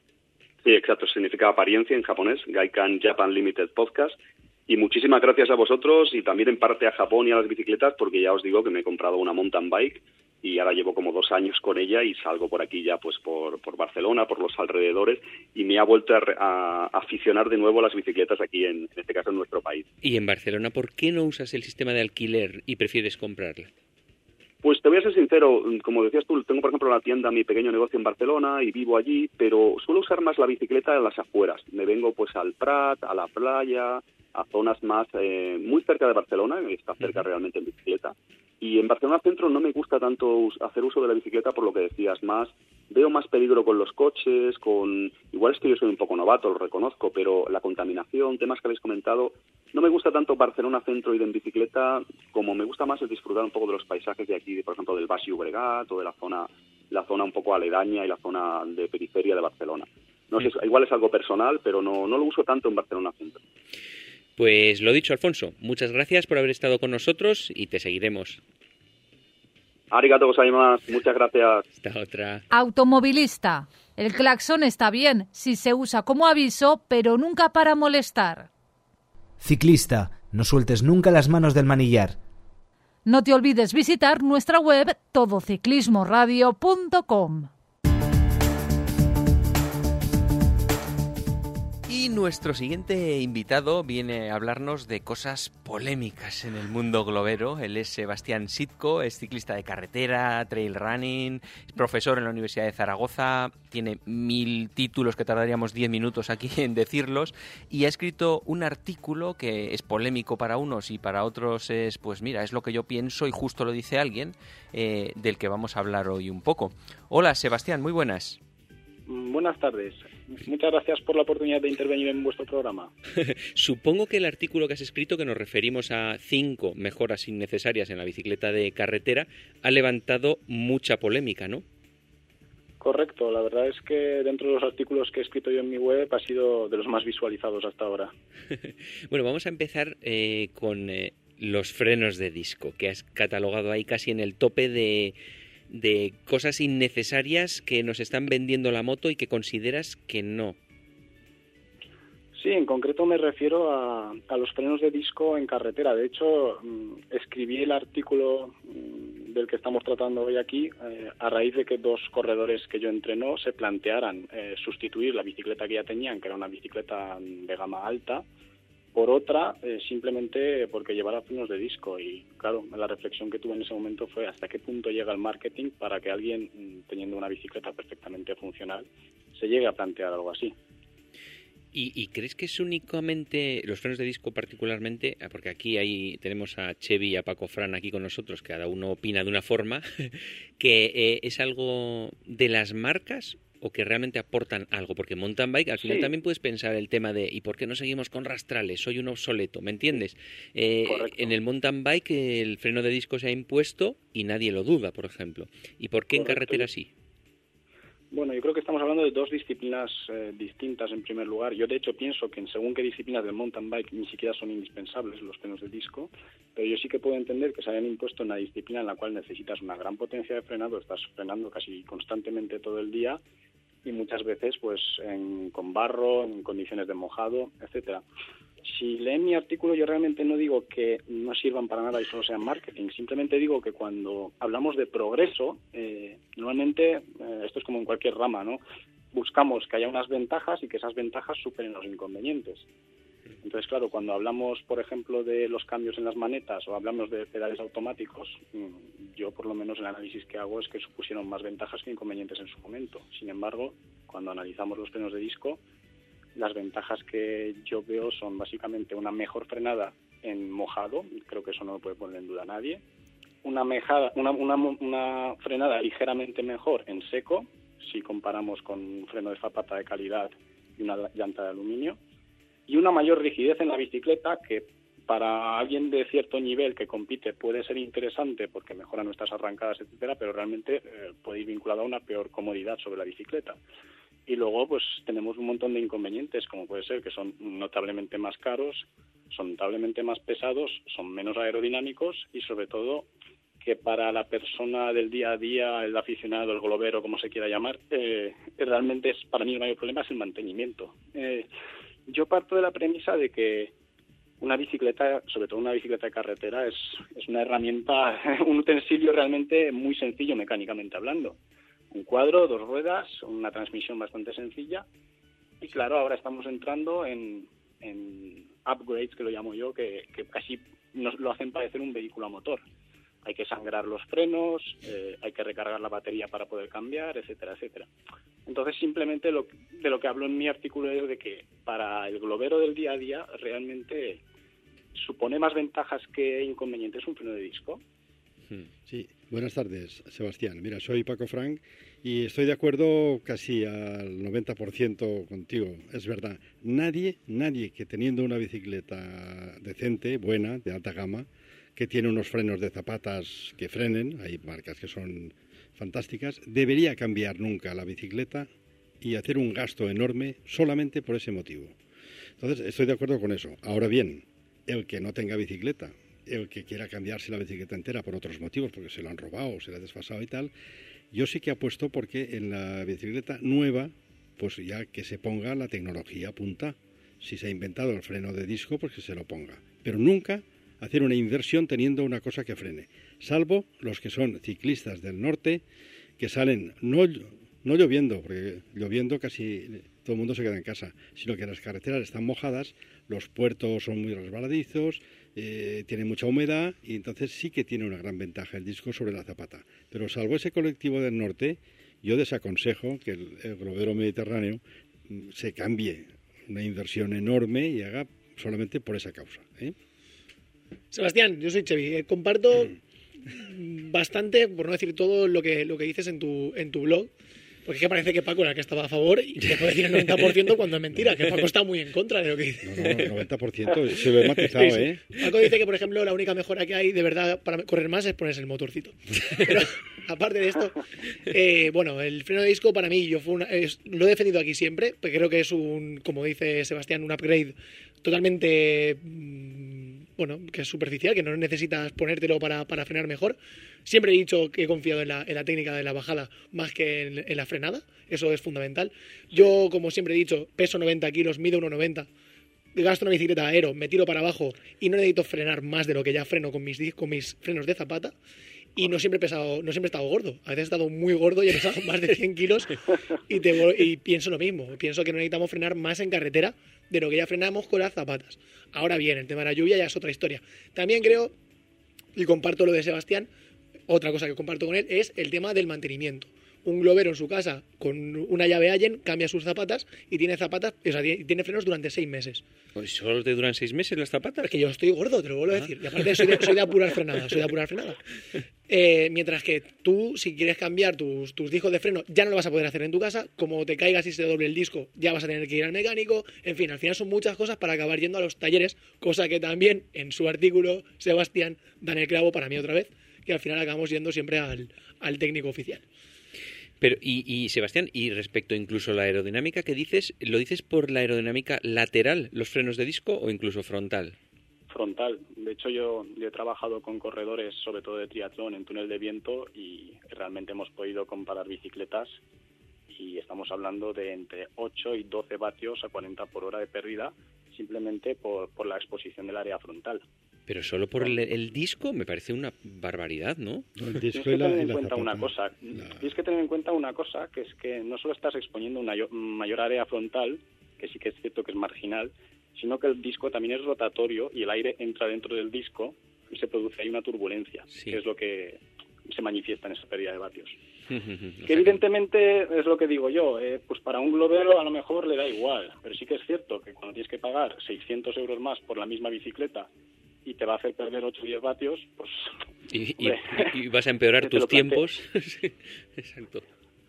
Sí, exacto, significa apariencia en japonés, Gaikan Japan Limited Podcast. Y muchísimas gracias a vosotros y también en parte a Japón y a las bicicletas, porque ya os digo que me he comprado una mountain bike y ahora llevo como dos años con ella y salgo por aquí ya pues por, por Barcelona, por los alrededores, y me ha vuelto a, a aficionar de nuevo a las bicicletas aquí, en, en este caso en nuestro país. Y en Barcelona, ¿por qué no usas el sistema de alquiler y prefieres comprarla? Pues te voy a ser sincero, como decías tú, tengo por ejemplo una tienda, mi pequeño negocio en Barcelona y vivo allí, pero suelo usar más la bicicleta en las afueras. Me vengo pues al Prat, a la playa, a zonas más eh, muy cerca de Barcelona, está cerca realmente en bicicleta. Y en Barcelona Centro no me gusta tanto hacer uso de la bicicleta por lo que decías, más veo más peligro con los coches, con igual es que yo soy un poco novato, lo reconozco, pero la contaminación, temas que habéis comentado, no me gusta tanto Barcelona Centro ir en bicicleta, como me gusta más es disfrutar un poco de los paisajes de aquí, por ejemplo del Baix Llobregat o de la zona, la zona un poco aledaña y la zona de periferia de Barcelona. No sé, igual es algo personal, pero no, no lo uso tanto en Barcelona Centro. Pues lo dicho, Alfonso, muchas gracias por haber estado con nosotros y te seguiremos. Arigato gozaimasu, muchas gracias. Hasta otra. Automovilista. El claxon está bien si se usa como aviso, pero nunca para molestar. Ciclista. No sueltes nunca las manos del manillar. No te olvides visitar nuestra web todo ciclismo radio punto com. Y nuestro siguiente invitado viene a hablarnos de cosas polémicas en el mundo globero. Él es Sebastián Sitko, es ciclista de carretera, trail running, es profesor en la Universidad de Zaragoza, tiene mil títulos que tardaríamos diez minutos aquí en decirlos, y ha escrito un artículo que es polémico para unos y para otros es, pues mira, es lo que yo pienso y justo lo dice alguien, eh, del que vamos a hablar hoy un poco. Hola Sebastián, muy buenas. Buenas tardes. Muchas gracias por la oportunidad de intervenir en vuestro programa. Supongo que el artículo que has escrito, que nos referimos a cinco mejoras innecesarias en la bicicleta de carretera, ha levantado mucha polémica, ¿no? Correcto. La verdad es que dentro de los artículos que he escrito yo en mi web ha sido de los más visualizados hasta ahora. Bueno, vamos a empezar eh, con eh, los frenos de disco, que has catalogado ahí casi en el tope de... de cosas innecesarias que nos están vendiendo la moto y que consideras que no. Sí, en concreto me refiero a, a los frenos de disco en carretera. De hecho, escribí el artículo del que estamos tratando hoy aquí eh, a raíz de que dos corredores que yo entreno se plantearan eh, sustituir la bicicleta que ya tenían, que era una bicicleta de gama alta, por otra, eh, simplemente porque llevara frenos de disco. Y claro, la reflexión que tuve en ese momento fue hasta qué punto llega el marketing para que alguien, teniendo una bicicleta perfectamente funcional, se llegue a plantear algo así. ¿Y, y crees que es únicamente los frenos de disco particularmente? Porque aquí hay, tenemos a Chevy y a Paco Fran aquí con nosotros, cada uno opina de una forma, que eh, es algo de las marcas o que realmente aportan algo, porque mountain bike al final sí. También puedes pensar el tema de ¿y por qué no seguimos con rastrales? Soy un obsoleto, ¿me entiendes? Eh, en el mountain bike el freno de disco se ha impuesto y nadie lo duda, por ejemplo. ¿Y por qué Correcto. En carretera sí? Bueno, yo creo que estamos hablando de dos disciplinas eh, distintas en primer lugar. Yo, de hecho, pienso que en según qué disciplinas del mountain bike ni siquiera son indispensables los frenos de disco, pero yo sí que puedo entender que se hayan impuesto en una disciplina en la cual necesitas una gran potencia de frenado, estás frenando casi constantemente todo el día y muchas veces pues en, con barro, en condiciones de mojado, etcétera. Si leen mi artículo, yo realmente no digo que no sirvan para nada y solo sean marketing. Simplemente digo que cuando hablamos de progreso, eh, normalmente, eh, esto es como en cualquier rama, ¿no? Buscamos que haya unas ventajas y que esas ventajas superen los inconvenientes. Entonces, claro, cuando hablamos, por ejemplo, de los cambios en las manetas o hablamos de pedales automáticos, yo por lo menos el análisis que hago es que supusieron más ventajas que inconvenientes en su momento. Sin embargo, cuando analizamos los frenos de disco, las ventajas que yo veo son básicamente una mejor frenada en mojado, creo que eso no lo puede poner en duda nadie, una, mejada, una, una, una frenada ligeramente mejor en seco, si comparamos con un freno de zapata de calidad y una llanta de aluminio, y una mayor rigidez en la bicicleta que para alguien de cierto nivel que compite puede ser interesante porque mejora nuestras arrancadas, etcétera, pero realmente eh, puede ir vinculada a una peor comodidad sobre la bicicleta. Y luego pues tenemos un montón de inconvenientes, como puede ser que son notablemente más caros, son notablemente más pesados, son menos aerodinámicos y sobre todo que para la persona del día a día, el aficionado, el globero, como se quiera llamar, eh, realmente es para mí el mayor problema es el mantenimiento. Eh, yo parto de la premisa de que una bicicleta, sobre todo una bicicleta de carretera, es, es una herramienta, un utensilio realmente muy sencillo mecánicamente hablando. Un cuadro, dos ruedas, una transmisión bastante sencilla y claro, ahora estamos entrando en, en upgrades, que lo llamo yo, que, que casi nos lo hacen parecer un vehículo a motor. Hay que sangrar los frenos, eh, hay que recargar la batería para poder cambiar, etcétera, etcétera. Entonces, simplemente lo, de lo que hablo en mi artículo es de que para el globero del día a día realmente supone más ventajas que inconvenientes un freno de disco. Sí, buenas tardes, Sebastián. Mira, soy Paco Frank y estoy de acuerdo casi al noventa por ciento contigo. Es verdad, nadie, nadie que teniendo una bicicleta decente, buena, de alta gama, que tiene unos frenos de zapatas que frenen, hay marcas que son fantásticas, debería cambiar nunca la bicicleta y hacer un gasto enorme solamente por ese motivo. Entonces, estoy de acuerdo con eso. Ahora bien, el que no tenga bicicleta, el que quiera cambiarse la bicicleta entera por otros motivos, porque se lo han robado, se le ha desfasado y tal, yo sí que apuesto porque en la bicicleta nueva, pues ya que se ponga la tecnología punta. Si se ha inventado el freno de disco, pues que se lo ponga. pero nunca hacer una inversión teniendo una cosa que frene, salvo los que son ciclistas del norte, que salen no, no lloviendo, porque lloviendo casi todo el mundo se queda en casa, sino que las carreteras están mojadas, los puertos son muy resbaladizos, eh, tiene mucha humedad, y entonces sí que tiene una gran ventaja el disco sobre la zapata. Pero salvo ese colectivo del norte, yo desaconsejo que el, el globero mediterráneo se cambie una inversión enorme y haga solamente por esa causa, ¿eh? Sebastián, yo soy Chevy. Eh, comparto mm. bastante, por no decir todo, lo que, lo que dices en tu, en tu blog. Porque es que parece que Paco era el que estaba a favor y te puede decir el noventa por ciento cuando es mentira, que Paco está muy en contra de lo que dice. No, no, noventa por ciento se lo he matizado, sí, ¿eh? Paco dice que, por ejemplo, la única mejora que hay de verdad para correr más es ponerse el motorcito. Pero, aparte de esto, eh, bueno, el freno de disco para mí, yo fue una, es, lo he defendido aquí siempre, porque creo que es un, como dice Sebastián, un upgrade totalmente... Mmm, bueno, que es superficial, que no necesitas ponértelo para, para frenar mejor. Siempre he dicho que he confiado en la, en la técnica de la bajada más que en, en la frenada, eso es fundamental. Yo, como siempre he dicho, peso noventa kilos, mido uno noventa, gasto una bicicleta aero, me tiro para abajo y no necesito frenar más de lo que ya freno con mis, con mis frenos de zapata. Y no siempre he pesado, no siempre he estado gordo. A veces he estado muy gordo y he pesado más de cien kilos y, te, y pienso lo mismo. Pienso que no necesitamos frenar más en carretera de lo que ya frenamos con las zapatas. Ahora bien, el tema de la lluvia ya es otra historia. También creo, y comparto lo de Sebastián, otra cosa que comparto con él es el tema del mantenimiento. Un globero en su casa con una llave Allen cambia sus zapatas y tiene zapatas, o sea, tiene frenos durante seis meses. Pues solo te duran seis meses las zapatas. Es que yo estoy gordo, te lo vuelvo a decir. Y aparte soy de, soy de apurar frenada, soy de apurar frenada. Eh, mientras que tú, si quieres cambiar tus, tus discos de freno, ya no lo vas a poder hacer en tu casa. Como te caigas y se doble el disco, ya vas a tener que ir al mecánico. En fin, al final son muchas cosas para acabar yendo a los talleres, cosa que también en su artículo Sebastián da en el clavo para mí otra vez, que al final acabamos yendo siempre al, al técnico oficial. Pero, y, y Sebastián, y respecto incluso a la aerodinámica que dices, ¿lo dices por la aerodinámica lateral, los frenos de disco, o incluso frontal? Frontal. De hecho, yo, yo he trabajado con corredores, sobre todo de triatlón, en túnel de viento, y realmente hemos podido comparar bicicletas y estamos hablando de entre ocho y doce vatios a cuarenta por hora de pérdida, simplemente por, por la exposición del área frontal. Pero solo por el, el disco me parece una barbaridad, ¿no? no el disco tienes que la, tener en la cuenta zapata, una cosa. la... Tienes que tener en cuenta una cosa, que es que no solo estás exponiendo una mayor área frontal, que sí que es cierto que es marginal, sino que el disco también es rotatorio y el aire entra dentro del disco y se produce ahí una turbulencia, sí. que es lo que se manifiesta en esa pérdida de vatios. Que evidentemente es lo que digo yo, eh, pues para un globero a lo mejor le da igual, pero sí que es cierto que cuando tienes que pagar seiscientos euros más por la misma bicicleta y te va a hacer perder ocho o diez vatios, pues... Y, y, y vas a empeorar tus tiempos. Sí, exacto.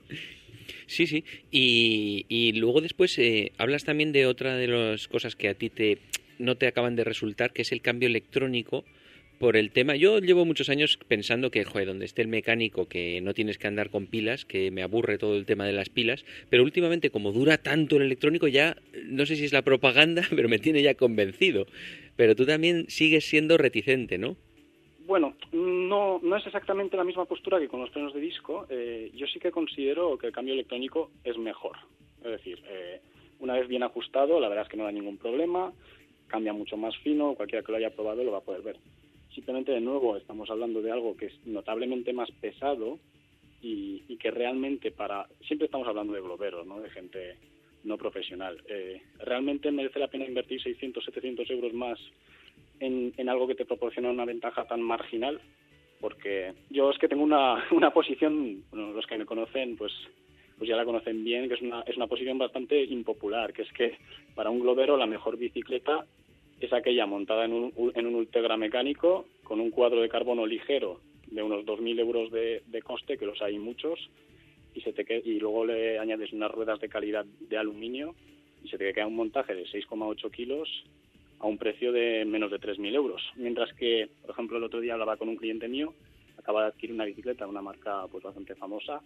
Sí, sí. Y, y luego después eh, hablas también de otra de las cosas que a ti te no te acaban de resultar, que es el cambio electrónico por el tema. Yo llevo muchos años pensando que, joder, donde esté el mecánico, que no tienes que andar con pilas, que me aburre todo el tema de las pilas, pero últimamente como dura tanto el electrónico ya, no sé si es la propaganda, pero me tiene ya convencido. Pero tú también sigues siendo reticente, ¿no? Bueno, no, no es exactamente la misma postura que con los frenos de disco. Eh, yo sí que considero que el cambio electrónico es mejor. Es decir, eh, una vez bien ajustado, la verdad es que no da ningún problema, cambia mucho más fino, cualquiera que lo haya probado lo va a poder ver. Simplemente, de nuevo, estamos hablando de algo que es notablemente más pesado y, y que realmente para... Siempre estamos hablando de globeros, ¿no? De gente no profesional. Eh, ¿Realmente merece la pena invertir seiscientos, setecientos euros más en, en algo que te proporciona una ventaja tan marginal? Porque yo es que tengo una, una posición, bueno, los que me conocen, pues pues ya la conocen bien, que es una, es una posición bastante impopular, que es que para un globero la mejor bicicleta es aquella montada en un, en un Ultegra mecánico, con un cuadro de carbono ligero de unos dos mil euros de, de coste, que los hay muchos, y se te que, y luego le añades unas ruedas de calidad de aluminio y se te queda un montaje de seis coma ocho kilos a un precio de menos de tres mil euros. Mientras que, por ejemplo, el otro día hablaba con un cliente mío, acaba de adquirir una bicicleta de una marca pues bastante famosa,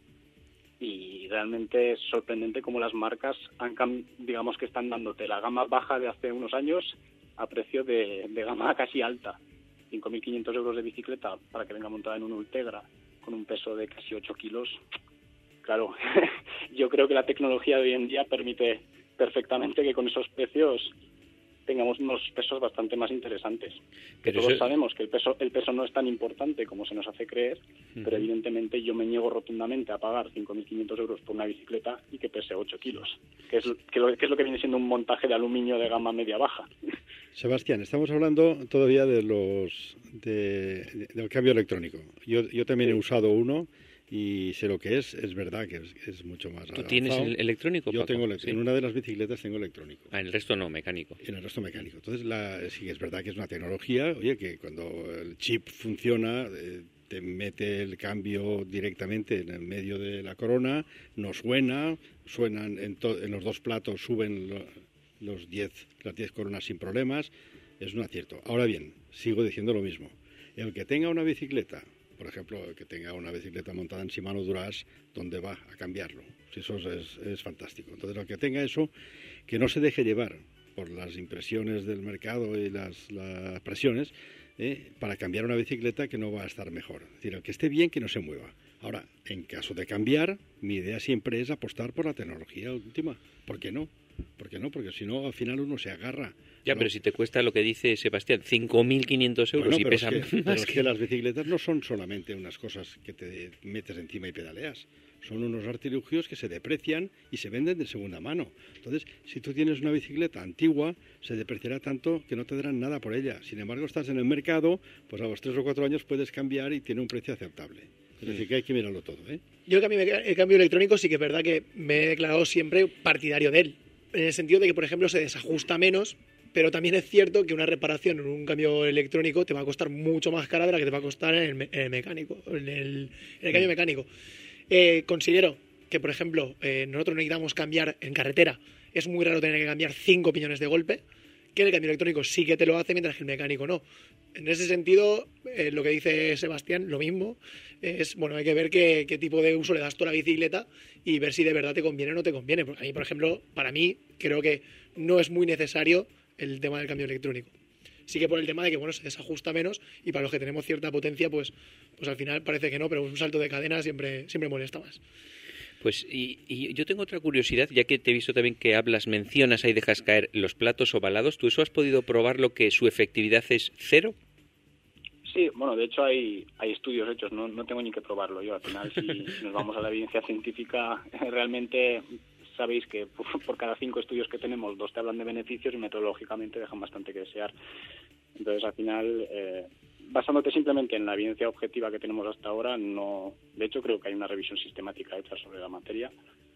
y realmente es sorprendente cómo las marcas han, digamos que están dándote la gama baja de hace unos años a precio de, de gama casi alta. cinco mil quinientos euros de bicicleta para que venga montada en un Ultegra con un peso de casi ocho kilos. Claro, yo creo que la tecnología de hoy en día permite perfectamente que con esos precios tengamos unos pesos bastante más interesantes. Que Pero todos eso... sabemos que el peso el peso no es tan importante como se nos hace creer, uh-huh. pero evidentemente yo me niego rotundamente a pagar cinco mil quinientos euros por una bicicleta y que pese ocho kilos, que es, que, lo, que es lo que viene siendo un montaje de aluminio de gama media-baja. Sebastián, estamos hablando todavía de los de, de, del cambio electrónico. Yo, yo también sí. he usado uno y sé lo que es. Es verdad que es, es mucho más ¿Tú avanzado. tienes el electrónico, Yo Paco? tengo, sí. en una de las bicicletas tengo electrónico. Ah, en el resto no, mecánico. En el resto mecánico. Entonces, la, sí es verdad que es una tecnología, oye, que cuando el chip funciona, eh, te mete el cambio directamente en el medio de la corona, no suena, suenan en, to, en los dos platos, suben lo, los diez, las diez coronas sin problemas, es un acierto. Ahora bien, sigo diciendo lo mismo. El que tenga una bicicleta, por ejemplo, el que tenga una bicicleta montada en Shimano Duras, ¿dónde va a cambiarlo? Si eso es, es fantástico. Entonces, el que tenga eso, que no se deje llevar por las impresiones del mercado y las, las presiones, eh, para cambiar una bicicleta que no va a estar mejor. Es decir, el que esté bien, que no se mueva. Ahora, en caso de cambiar, mi idea siempre es apostar por la tecnología última. ¿Por qué no? ¿Por qué no? Porque si no, al final uno se agarra. Ya, ¿no? Pero si te cuesta lo que dice Sebastián, cinco mil quinientos euros bueno, y pesan es que, más pero que... es que las bicicletas no son solamente unas cosas que te metes encima y pedaleas. Son unos artilugios que se deprecian y se venden de segunda mano. Entonces, si tú tienes una bicicleta antigua, se depreciará tanto que no te darán nada por ella. Sin embargo, estás en el mercado, pues a los tres o cuatro años puedes cambiar y tiene un precio aceptable. Es decir, que hay que mirarlo todo, ¿eh? Yo el cambio, el cambio electrónico sí que es verdad que me he declarado siempre partidario de él. En el sentido de que, por ejemplo, se desajusta menos, pero también es cierto que una reparación en un cambio electrónico te va a costar mucho más cara de la que te va a costar en el, me- en el mecánico, en el, en el cambio mecánico. Eh, considero que, por ejemplo, eh, nosotros necesitamos cambiar en carretera. Es muy raro tener que cambiar cinco piñones de golpe, que el cambio electrónico sí que te lo hace, mientras que el mecánico no. En ese sentido, eh, lo que dice Sebastián, lo mismo, es, bueno, hay que ver qué, qué tipo de uso le das tú a la bicicleta y ver si de verdad te conviene o no te conviene. Porque a mí, por ejemplo, para mí, creo que no es muy necesario el tema del cambio electrónico. Sí que por el tema de que, bueno, se desajusta menos y para los que tenemos cierta potencia, pues, pues al final parece que no, pero un salto de cadena siempre, siempre molesta más. Pues y, y yo tengo otra curiosidad, ya que te he visto también que hablas, mencionas ahí, dejas caer los platos ovalados. ¿Tú eso has podido probar lo que su efectividad es cero? Sí, bueno, de hecho hay hay estudios hechos, no, no tengo ni que probarlo yo. Al final, si nos vamos a la evidencia científica, realmente sabéis que por, por cada cinco estudios que tenemos, dos te hablan de beneficios y metodológicamente dejan bastante que desear. Entonces, al final, eh, basándote simplemente en la evidencia objetiva que tenemos hasta ahora, no. De hecho, creo que hay una revisión sistemática hecha sobre la materia.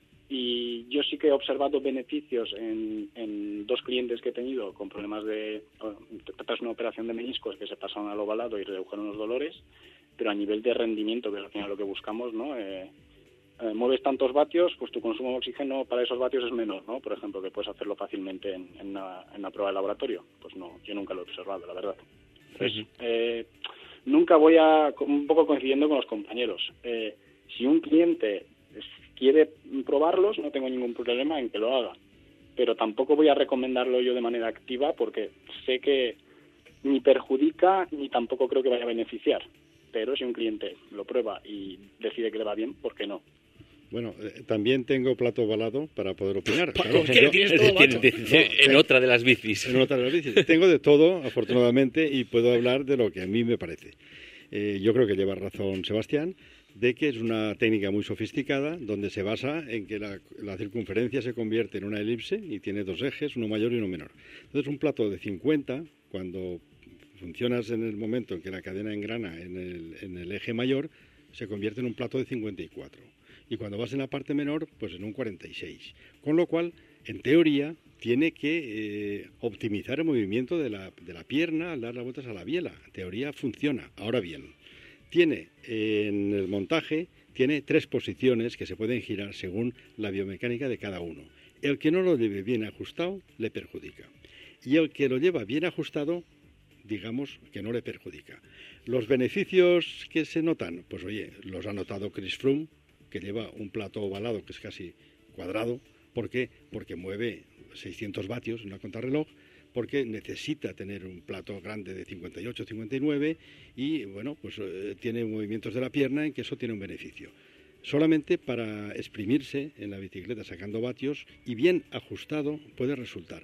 Y yo sí que he observado beneficios en, en dos clientes que he tenido con problemas de... Tras una operación de meniscos que se pasaron al ovalado y redujeron los dolores, pero a nivel de rendimiento, que es al final lo que buscamos, ¿no? Eh, eh, mueves tantos vatios, pues tu consumo de oxígeno para esos vatios es menor, ¿no? Por ejemplo, que puedes hacerlo fácilmente en, en, una, en una prueba de laboratorio. Pues no, yo nunca lo he observado, la verdad. Entonces, uh-huh. eh, nunca voy a... Un poco coincidiendo con los compañeros. Eh, si un cliente quiere probarlos, no tengo ningún problema en que lo haga. Pero tampoco voy a recomendarlo yo de manera activa porque sé que ni perjudica ni tampoco creo que vaya a beneficiar. Pero si un cliente lo prueba y decide que le va bien, ¿por qué no? Bueno, eh, también tengo plato ovalado para poder opinar. Claro, Claro, ¿qué yo- tienes todo, macho? En No, otra de las bicis. En otra de las bicis. Tengo de todo, afortunadamente, y puedo hablar de lo que a mí me parece. Eh, yo creo que lleva razón Sebastián, de que es una técnica muy sofisticada, donde se basa en que la, la circunferencia se convierte en una elipse y tiene dos ejes, uno mayor y uno menor. Entonces, un plato de cincuenta, cuando funcionas en el momento en que la cadena engrana en el, en el eje mayor, se convierte en un plato de cincuenta y cuatro. Y cuando vas en la parte menor, pues en un cuarenta y seis. Con lo cual, en teoría, tiene que eh, optimizar el movimiento de la, de la pierna al dar las vueltas a la biela. En teoría funciona. Ahora bien, tiene eh, en el montaje, tiene tres posiciones que se pueden girar según la biomecánica de cada uno. El que no lo lleve bien ajustado le perjudica. Y el que lo lleva bien ajustado, digamos que no le perjudica. Los beneficios que se notan, pues oye, los ha notado Chris Froome, que lleva un plato ovalado que es casi cuadrado. ¿Por qué? Porque mueve seiscientos vatios en una contrarreloj, porque necesita tener un plato grande de cincuenta y ocho, cincuenta y nueve y, bueno, pues eh, tiene movimientos de la pierna en que eso tiene un beneficio. Solamente para exprimirse en la bicicleta sacando vatios y bien ajustado puede resultar.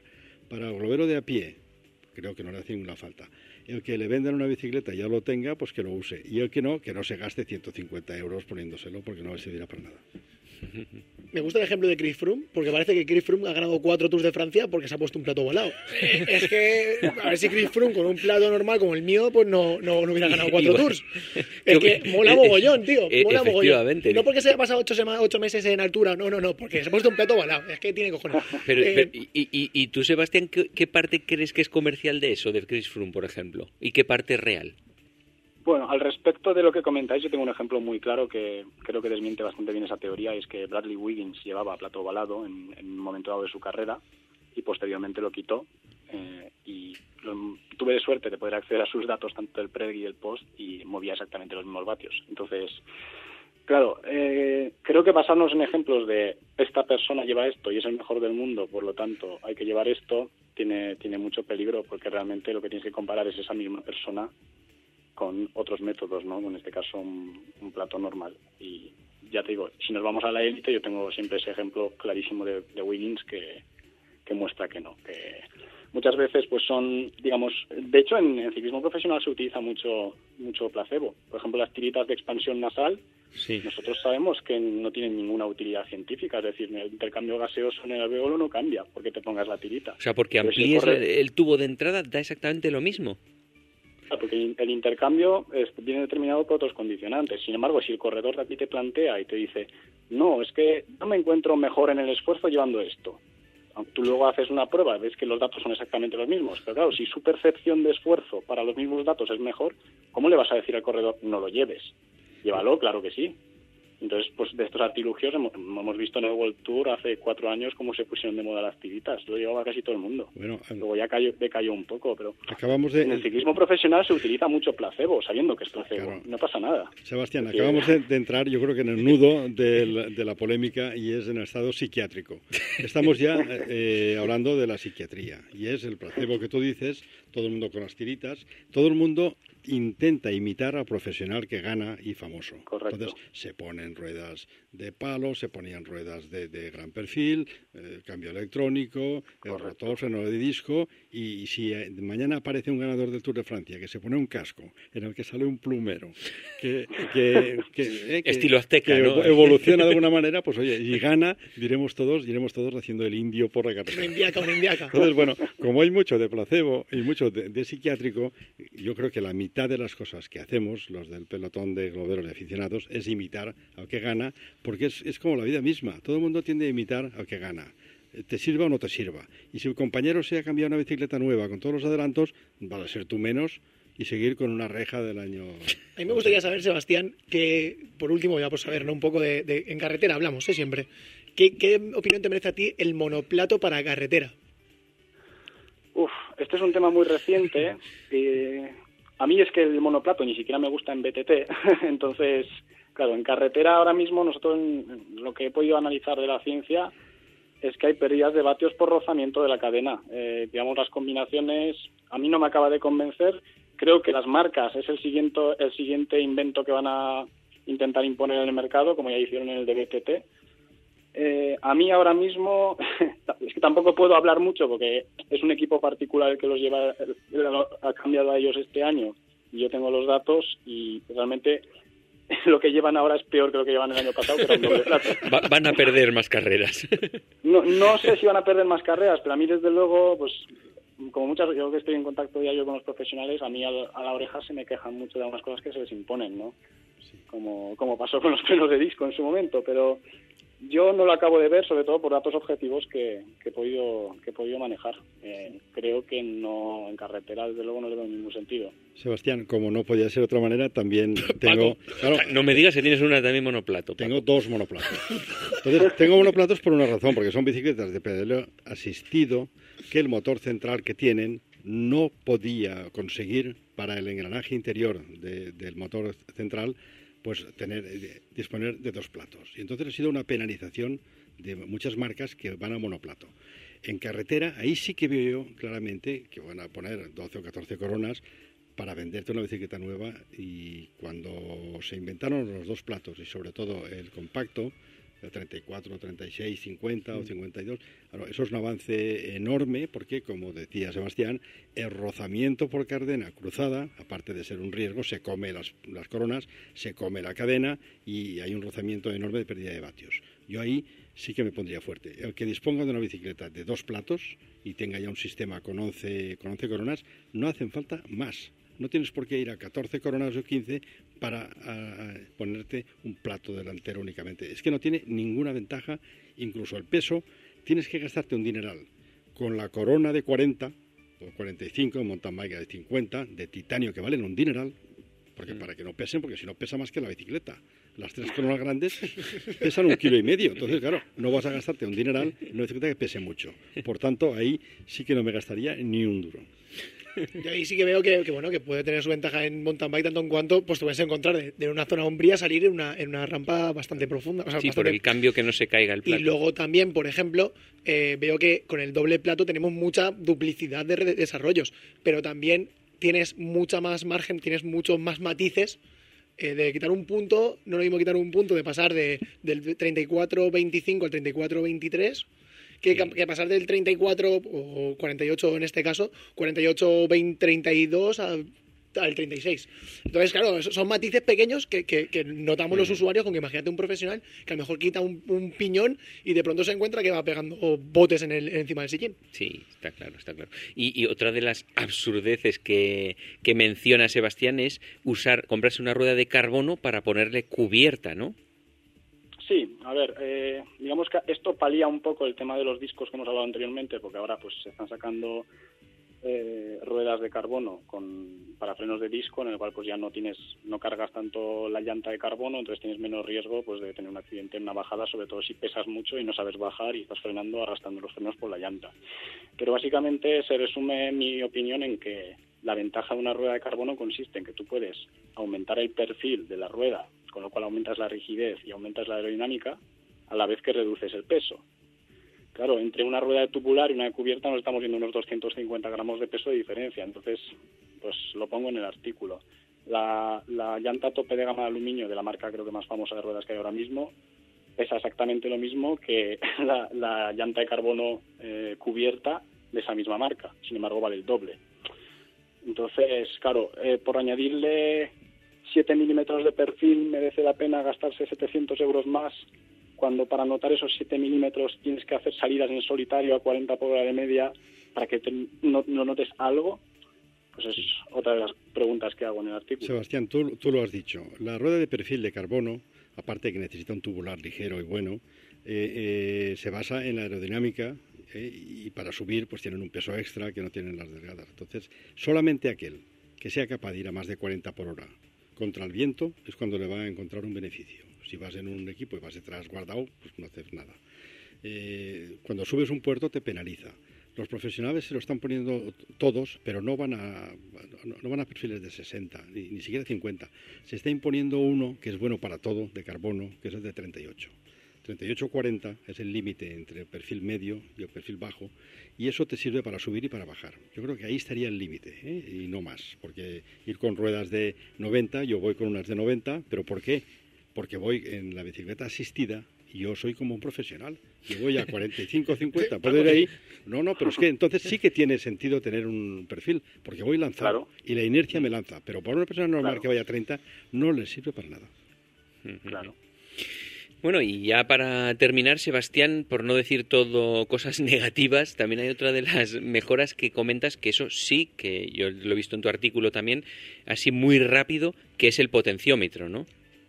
para el globero de a pie, creo que no le hace ninguna falta. El que le vendan una bicicleta ya lo tenga, pues que lo use. Y el que no, que no se gaste ciento cincuenta euros poniéndoselo, porque no le servirá para nada. Me gusta el ejemplo de Chris Froome, porque parece que Chris Froome ha ganado cuatro Tours de Francia porque se ha puesto un plato volado. Es que, a ver si Chris Froome con un plato normal como el mío, pues no, no, no hubiera ganado cuatro Tours. Es que mola mogollón, tío, mola mogollón. No porque se haya pasado ocho, sema, ocho meses en altura, no, no, no, porque se ha puesto un plato volado. Es que tiene cojones. Pero, eh, pero, y, y, y tú, Sebastián, ¿qué, ¿qué parte crees que es comercial de eso, de Chris Froome, por ejemplo? ¿Y qué parte es real? Bueno, al respecto de lo que comentáis, yo tengo un ejemplo muy claro que creo que desmiente bastante bien esa teoría, y es que Bradley Wiggins llevaba plato ovalado en, en un momento dado de su carrera y posteriormente lo quitó, eh, y lo, tuve suerte de poder acceder a sus datos, tanto del pre y el post, y movía exactamente los mismos vatios. Entonces, claro, eh, creo que basarnos en ejemplos de esta persona lleva esto y es el mejor del mundo, por lo tanto hay que llevar esto, tiene, tiene mucho peligro, porque realmente lo que tienes que comparar es esa misma persona con otros métodos, ¿no? En este caso un, un plato normal. Y ya te digo, si nos vamos a la élite, yo tengo siempre ese ejemplo clarísimo de, de Wiggins que, que muestra que no, que muchas veces pues son, digamos, de hecho en, en ciclismo profesional se utiliza mucho mucho placebo. Por ejemplo, las tiritas de expansión nasal, sí. Nosotros sabemos que no tienen ninguna utilidad científica, es decir, el intercambio gaseoso en el alveolo no cambia porque te pongas la tirita. O sea, porque amplíes si corre... el tubo de entrada da exactamente lo mismo. Porque el intercambio es, viene determinado por otros condicionantes. Sin embargo, si el corredor de aquí te plantea y te dice, no, es que no me encuentro mejor en el esfuerzo llevando esto. Tú luego haces una prueba, ves que los datos son exactamente los mismos. Pero claro, si su percepción de esfuerzo para los mismos datos es mejor, ¿cómo le vas a decir al corredor, no lo lleves? Llévalo, claro que sí. Entonces, pues de estos artilugios hemos, hemos visto en el World Tour hace cuatro años cómo se pusieron de moda las tiritas. Lo llevaba casi todo el mundo. Bueno, luego ya cayó, decayó un poco, pero acabamos de... en el ciclismo profesional se utiliza mucho placebo, sabiendo que es placebo. Claro. No pasa nada. Sebastián, sí. acabamos de, de entrar, yo creo que en el nudo de la, de la polémica, y es en el estado psiquiátrico. Estamos ya eh, hablando de la psiquiatría, y es el placebo que tú dices, todo el mundo con las tiritas, todo el mundo intenta imitar al profesional que gana y famoso. Correcto. Entonces se ponen ruedas de palo, se ponían ruedas de, de gran perfil, eh, cambio electrónico, el rotor, freno de disco, y, y si eh, mañana aparece un ganador del Tour de Francia que se pone un casco en el que sale un plumero, que, que, que, eh, que estilo azteca, que ¿no? evoluciona de alguna manera, pues oye, y gana, diremos todos, iremos todos haciendo el indio por la carretera. Un indiaca, un indiaca. Entonces, bueno, como hay mucho de placebo y mucho de, de psiquiátrico, yo creo que la mitad de las cosas que hacemos, los del pelotón de globeros de aficionados, es imitar al que gana, porque es, es como la vida misma. Todo el mundo tiende a imitar al que gana, te sirva o no te sirva. Y si el compañero se ha cambiado una bicicleta nueva con todos los adelantos, vas a ser tú menos y seguir con una reja del año... A mí me gustaría saber, Sebastián, que por último, ya por saber, ¿no? Un poco de, de en carretera hablamos, ¿eh? Siempre. ¿Qué, ¿Qué opinión te merece a ti el monoplato para carretera? Uf, este es un tema muy reciente. Eh, a mí es que el monoplato ni siquiera me gusta en B T T, entonces, claro, en carretera ahora mismo nosotros lo que he podido analizar de la ciencia es que hay pérdidas de vatios por rozamiento de la cadena. Eh, digamos, las combinaciones a mí no me acaba de convencer. Creo que las marcas es el siguiente, el siguiente invento que van a intentar imponer en el mercado, como ya hicieron en el de B T T. Eh, a mí ahora mismo, es que tampoco puedo hablar mucho porque es un equipo particular el que los lleva, ha cambiado a ellos este año y yo tengo los datos y realmente lo que llevan ahora es peor que lo que llevan el año pasado, que era un doble plato. Va, van a perder más carreras. No, no sé si van a perder más carreras, pero a mí desde luego, pues como muchas, yo que estoy en contacto diario con los profesionales, a mí a, a la oreja se me quejan mucho de algunas cosas que se les imponen, ¿no? Sí. Como, como pasó con los frenos de disco en su momento, pero yo no lo acabo de ver, sobre todo por datos objetivos que, que he podido que he podido manejar. Eh, creo que no en carretera, desde luego, no le veo ningún sentido. Sebastián, como no podía ser de otra manera, también tengo... Claro, no me digas que tienes una también monoplato. Paco. Tengo dos monoplatos. Entonces, tengo monoplatos por una razón, porque son bicicletas de pedaleo asistido que el motor central que tienen no podía conseguir para el engranaje interior de, del motor central pues tener disponer de dos platos. Y entonces ha sido una penalización de muchas marcas que van a monoplato. En carretera, ahí sí que veo yo claramente que van a poner doce o catorce coronas para venderte una bicicleta nueva, y cuando se inventaron los dos platos y sobre todo el compacto, treinta y cuatro, treinta y seis, cincuenta o cincuenta y dos. Claro, eso es un avance enorme porque, como decía Sebastián, el rozamiento por cadena cruzada, aparte de ser un riesgo, se come las, las coronas, se come la cadena y hay un rozamiento enorme de pérdida de vatios. Yo ahí sí que me pondría fuerte. El que disponga de una bicicleta de dos platos y tenga ya un sistema con once, con once coronas, no hacen falta más. No tienes por qué ir a catorce coronas o quince para a, ponerte un plato delantero únicamente. Es que no tiene ninguna ventaja, incluso el peso, tienes que gastarte un dineral. Con la corona de cuarenta o cuarenta y cinco, mountain bike de cincuenta, de titanio, que valen un dineral, porque mm. para que no pesen, porque si no pesa más que la bicicleta. Las tres coronas grandes pesan un kilo y medio, entonces claro, no vas a gastarte un dineral en una bicicleta que pese mucho. Por tanto, ahí sí que no me gastaría ni un duro. Yo ahí sí que veo que, que bueno que puede tener su ventaja en mountain bike, tanto en cuanto pues te puedes encontrar de, de una zona umbría salir en una, en una rampa bastante profunda. O sea, sí, bastante... por el cambio que no se caiga el plato. Y luego también, por ejemplo, eh, veo que con el doble plato tenemos mucha duplicidad de re- desarrollos, pero también tienes mucha más margen, tienes muchos más matices. Eh, de quitar un punto, no es lo mismo quitar un punto de pasar de, del treinta y cuatro veinticinco al treinta y cuatro veintitrés que, sí. que pasar del treinta y cuatro o cuarenta y ocho en este caso, cuarenta y ocho treinta y dos al, al treinta y seis. Entonces, claro, son matices pequeños que, que, que notamos los usuarios, con que imagínate un profesional que a lo mejor quita un, un piñón y de pronto se encuentra que va pegando botes en el, encima del sillín. Sí, está claro, está claro. Y, y otra de las absurdeces que, que menciona Sebastián es usar, comprarse una rueda de carbono para ponerle cubierta, ¿no? Sí, a ver, eh, digamos que esto palía un poco el tema de los discos que hemos hablado anteriormente, porque ahora pues se están sacando eh, ruedas de carbono con para frenos de disco, en el cual pues ya no tienes, no cargas tanto la llanta de carbono, entonces tienes menos riesgo pues de tener un accidente en una bajada, sobre todo si pesas mucho y no sabes bajar y estás frenando arrastrando los frenos por la llanta. Pero básicamente se resume mi opinión en que la ventaja de una rueda de carbono consiste en que tú puedes aumentar el perfil de la rueda, con lo cual aumentas la rigidez y aumentas la aerodinámica, a la vez que reduces el peso. Claro, entre una rueda de tubular y una de cubierta nos estamos viendo unos doscientos cincuenta gramos de peso de diferencia, entonces pues lo pongo en el artículo. La, la llanta tope de gama de aluminio de la marca creo que más famosa de ruedas que hay ahora mismo pesa exactamente lo mismo que la, la llanta de carbono eh, cubierta de esa misma marca, sin embargo vale el doble. Entonces, claro, eh, por añadirle siete milímetros de perfil merece la pena gastarse setecientos euros más, cuando para anotar esos siete milímetros tienes que hacer salidas en solitario a cuarenta por hora de media para que te, no, no notes algo. Pues es otra de las preguntas que hago en el artículo. Sebastián, tú, tú lo has dicho. La rueda de perfil de carbono, aparte de que necesita un tubular ligero y bueno, eh, eh, se basa en la aerodinámica eh, y para subir pues tienen un peso extra que no tienen las delgadas. Entonces, solamente aquel que sea capaz de ir a más de cuarenta por hora contra el viento es cuando le va a encontrar un beneficio. Si vas en un equipo y vas detrás guardado, pues no haces nada. Eh, cuando subes un puerto te penaliza. Los profesionales se lo están poniendo todos, pero no van a no van a perfiles de sesenta, ni, ni siquiera cincuenta. Se está imponiendo uno que es bueno para todo, de carbono, que es el de treinta y ocho. treinta y ocho cuarenta es el límite entre el perfil medio y el perfil bajo, y eso te sirve para subir y para bajar. Yo creo que ahí estaría el límite, ¿eh? Y no más, porque ir con ruedas de noventa, yo voy con unas de noventa, ¿pero por qué? Porque voy en la bicicleta asistida y yo soy como un profesional. Yo voy a cuarenta y cinco, cincuenta, puedo ir ahí. No, no, pero es que entonces sí que tiene sentido tener un perfil, porque voy lanzado, claro, y la inercia me lanza. Pero para una persona normal, claro, que vaya a treinta, no le sirve para nada. Claro. Bueno, y ya para terminar, Sebastián, por no decir todo cosas negativas, también hay otra de las mejoras que comentas, que eso sí, que yo lo he visto en tu artículo también, así muy rápido, que es el potenciómetro, ¿no?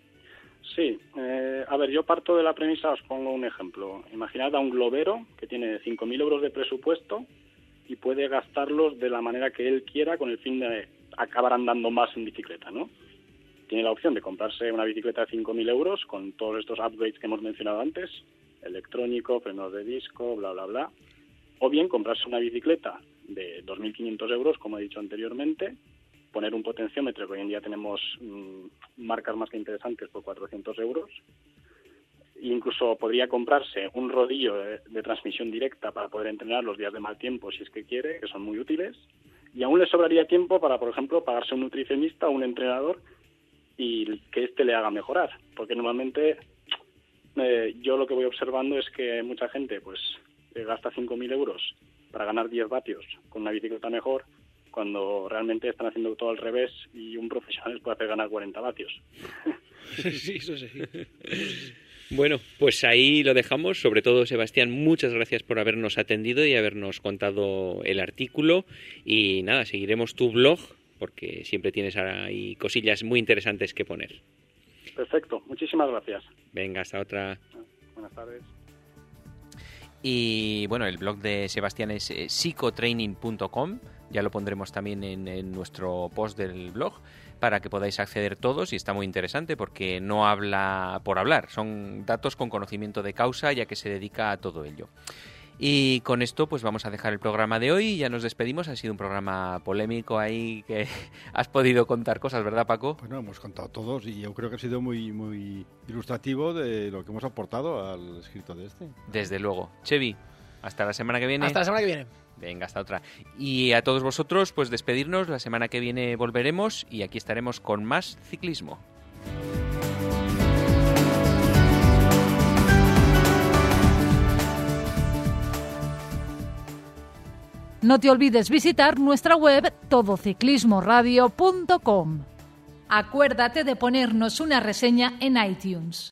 Sí, eh, a ver, yo parto de la premisa, os pongo un ejemplo. Imaginad a un globero que tiene cinco mil euros de presupuesto y puede gastarlos de la manera que él quiera con el fin de acabar andando más en bicicleta, ¿no? Tiene la opción de comprarse una bicicleta de cinco mil euros con todos estos upgrades que hemos mencionado antes, electrónico, frenos de disco, bla, bla, bla, o bien comprarse una bicicleta de dos mil quinientos euros, como he dicho anteriormente, poner un potenciómetro, que hoy en día tenemos mmm, marcas más que interesantes por cuatrocientos euros. E incluso podría comprarse un rodillo de, de transmisión directa para poder entrenar los días de mal tiempo si es que quiere, que son muy útiles. Y aún le sobraría tiempo para, por ejemplo, pagarse un nutricionista o un entrenador y que éste le haga mejorar. Porque normalmente eh, yo lo que voy observando es que mucha gente pues eh, gasta cinco mil euros para ganar diez vatios con una bicicleta mejor, cuando realmente están haciendo todo al revés y un profesional les puede hacer ganar cuarenta vatios. Sí, eso sí. Bueno, pues ahí lo dejamos. Sobre todo, Sebastián, muchas gracias por habernos atendido y habernos contado el artículo. Y nada, seguiremos tu blog porque siempre tienes ahí cosillas muy interesantes que poner. Perfecto, muchísimas gracias. Venga, hasta otra. Buenas tardes. Y bueno, el blog de Sebastián es eh, psicotraining punto com. Ya lo pondremos también en, en nuestro post del blog para que podáis acceder todos, y está muy interesante porque no habla por hablar, son datos con conocimiento de causa, ya que se dedica a todo ello. Y con esto pues vamos a dejar el programa de hoy, ya nos despedimos. Ha sido un programa polémico ahí, que has podido contar cosas, ¿verdad, Paco? Bueno, hemos contado todos y yo creo que ha sido muy, muy ilustrativo de lo que hemos aportado al escrito de este. Desde luego. Chevy, hasta la semana que viene. Hasta la semana que viene. Venga, hasta otra. Y a todos vosotros, pues despedirnos. La semana que viene volveremos y aquí estaremos con más ciclismo. No te olvides visitar nuestra web todo ciclismo radio punto com. Acuérdate de ponernos una reseña en iTunes.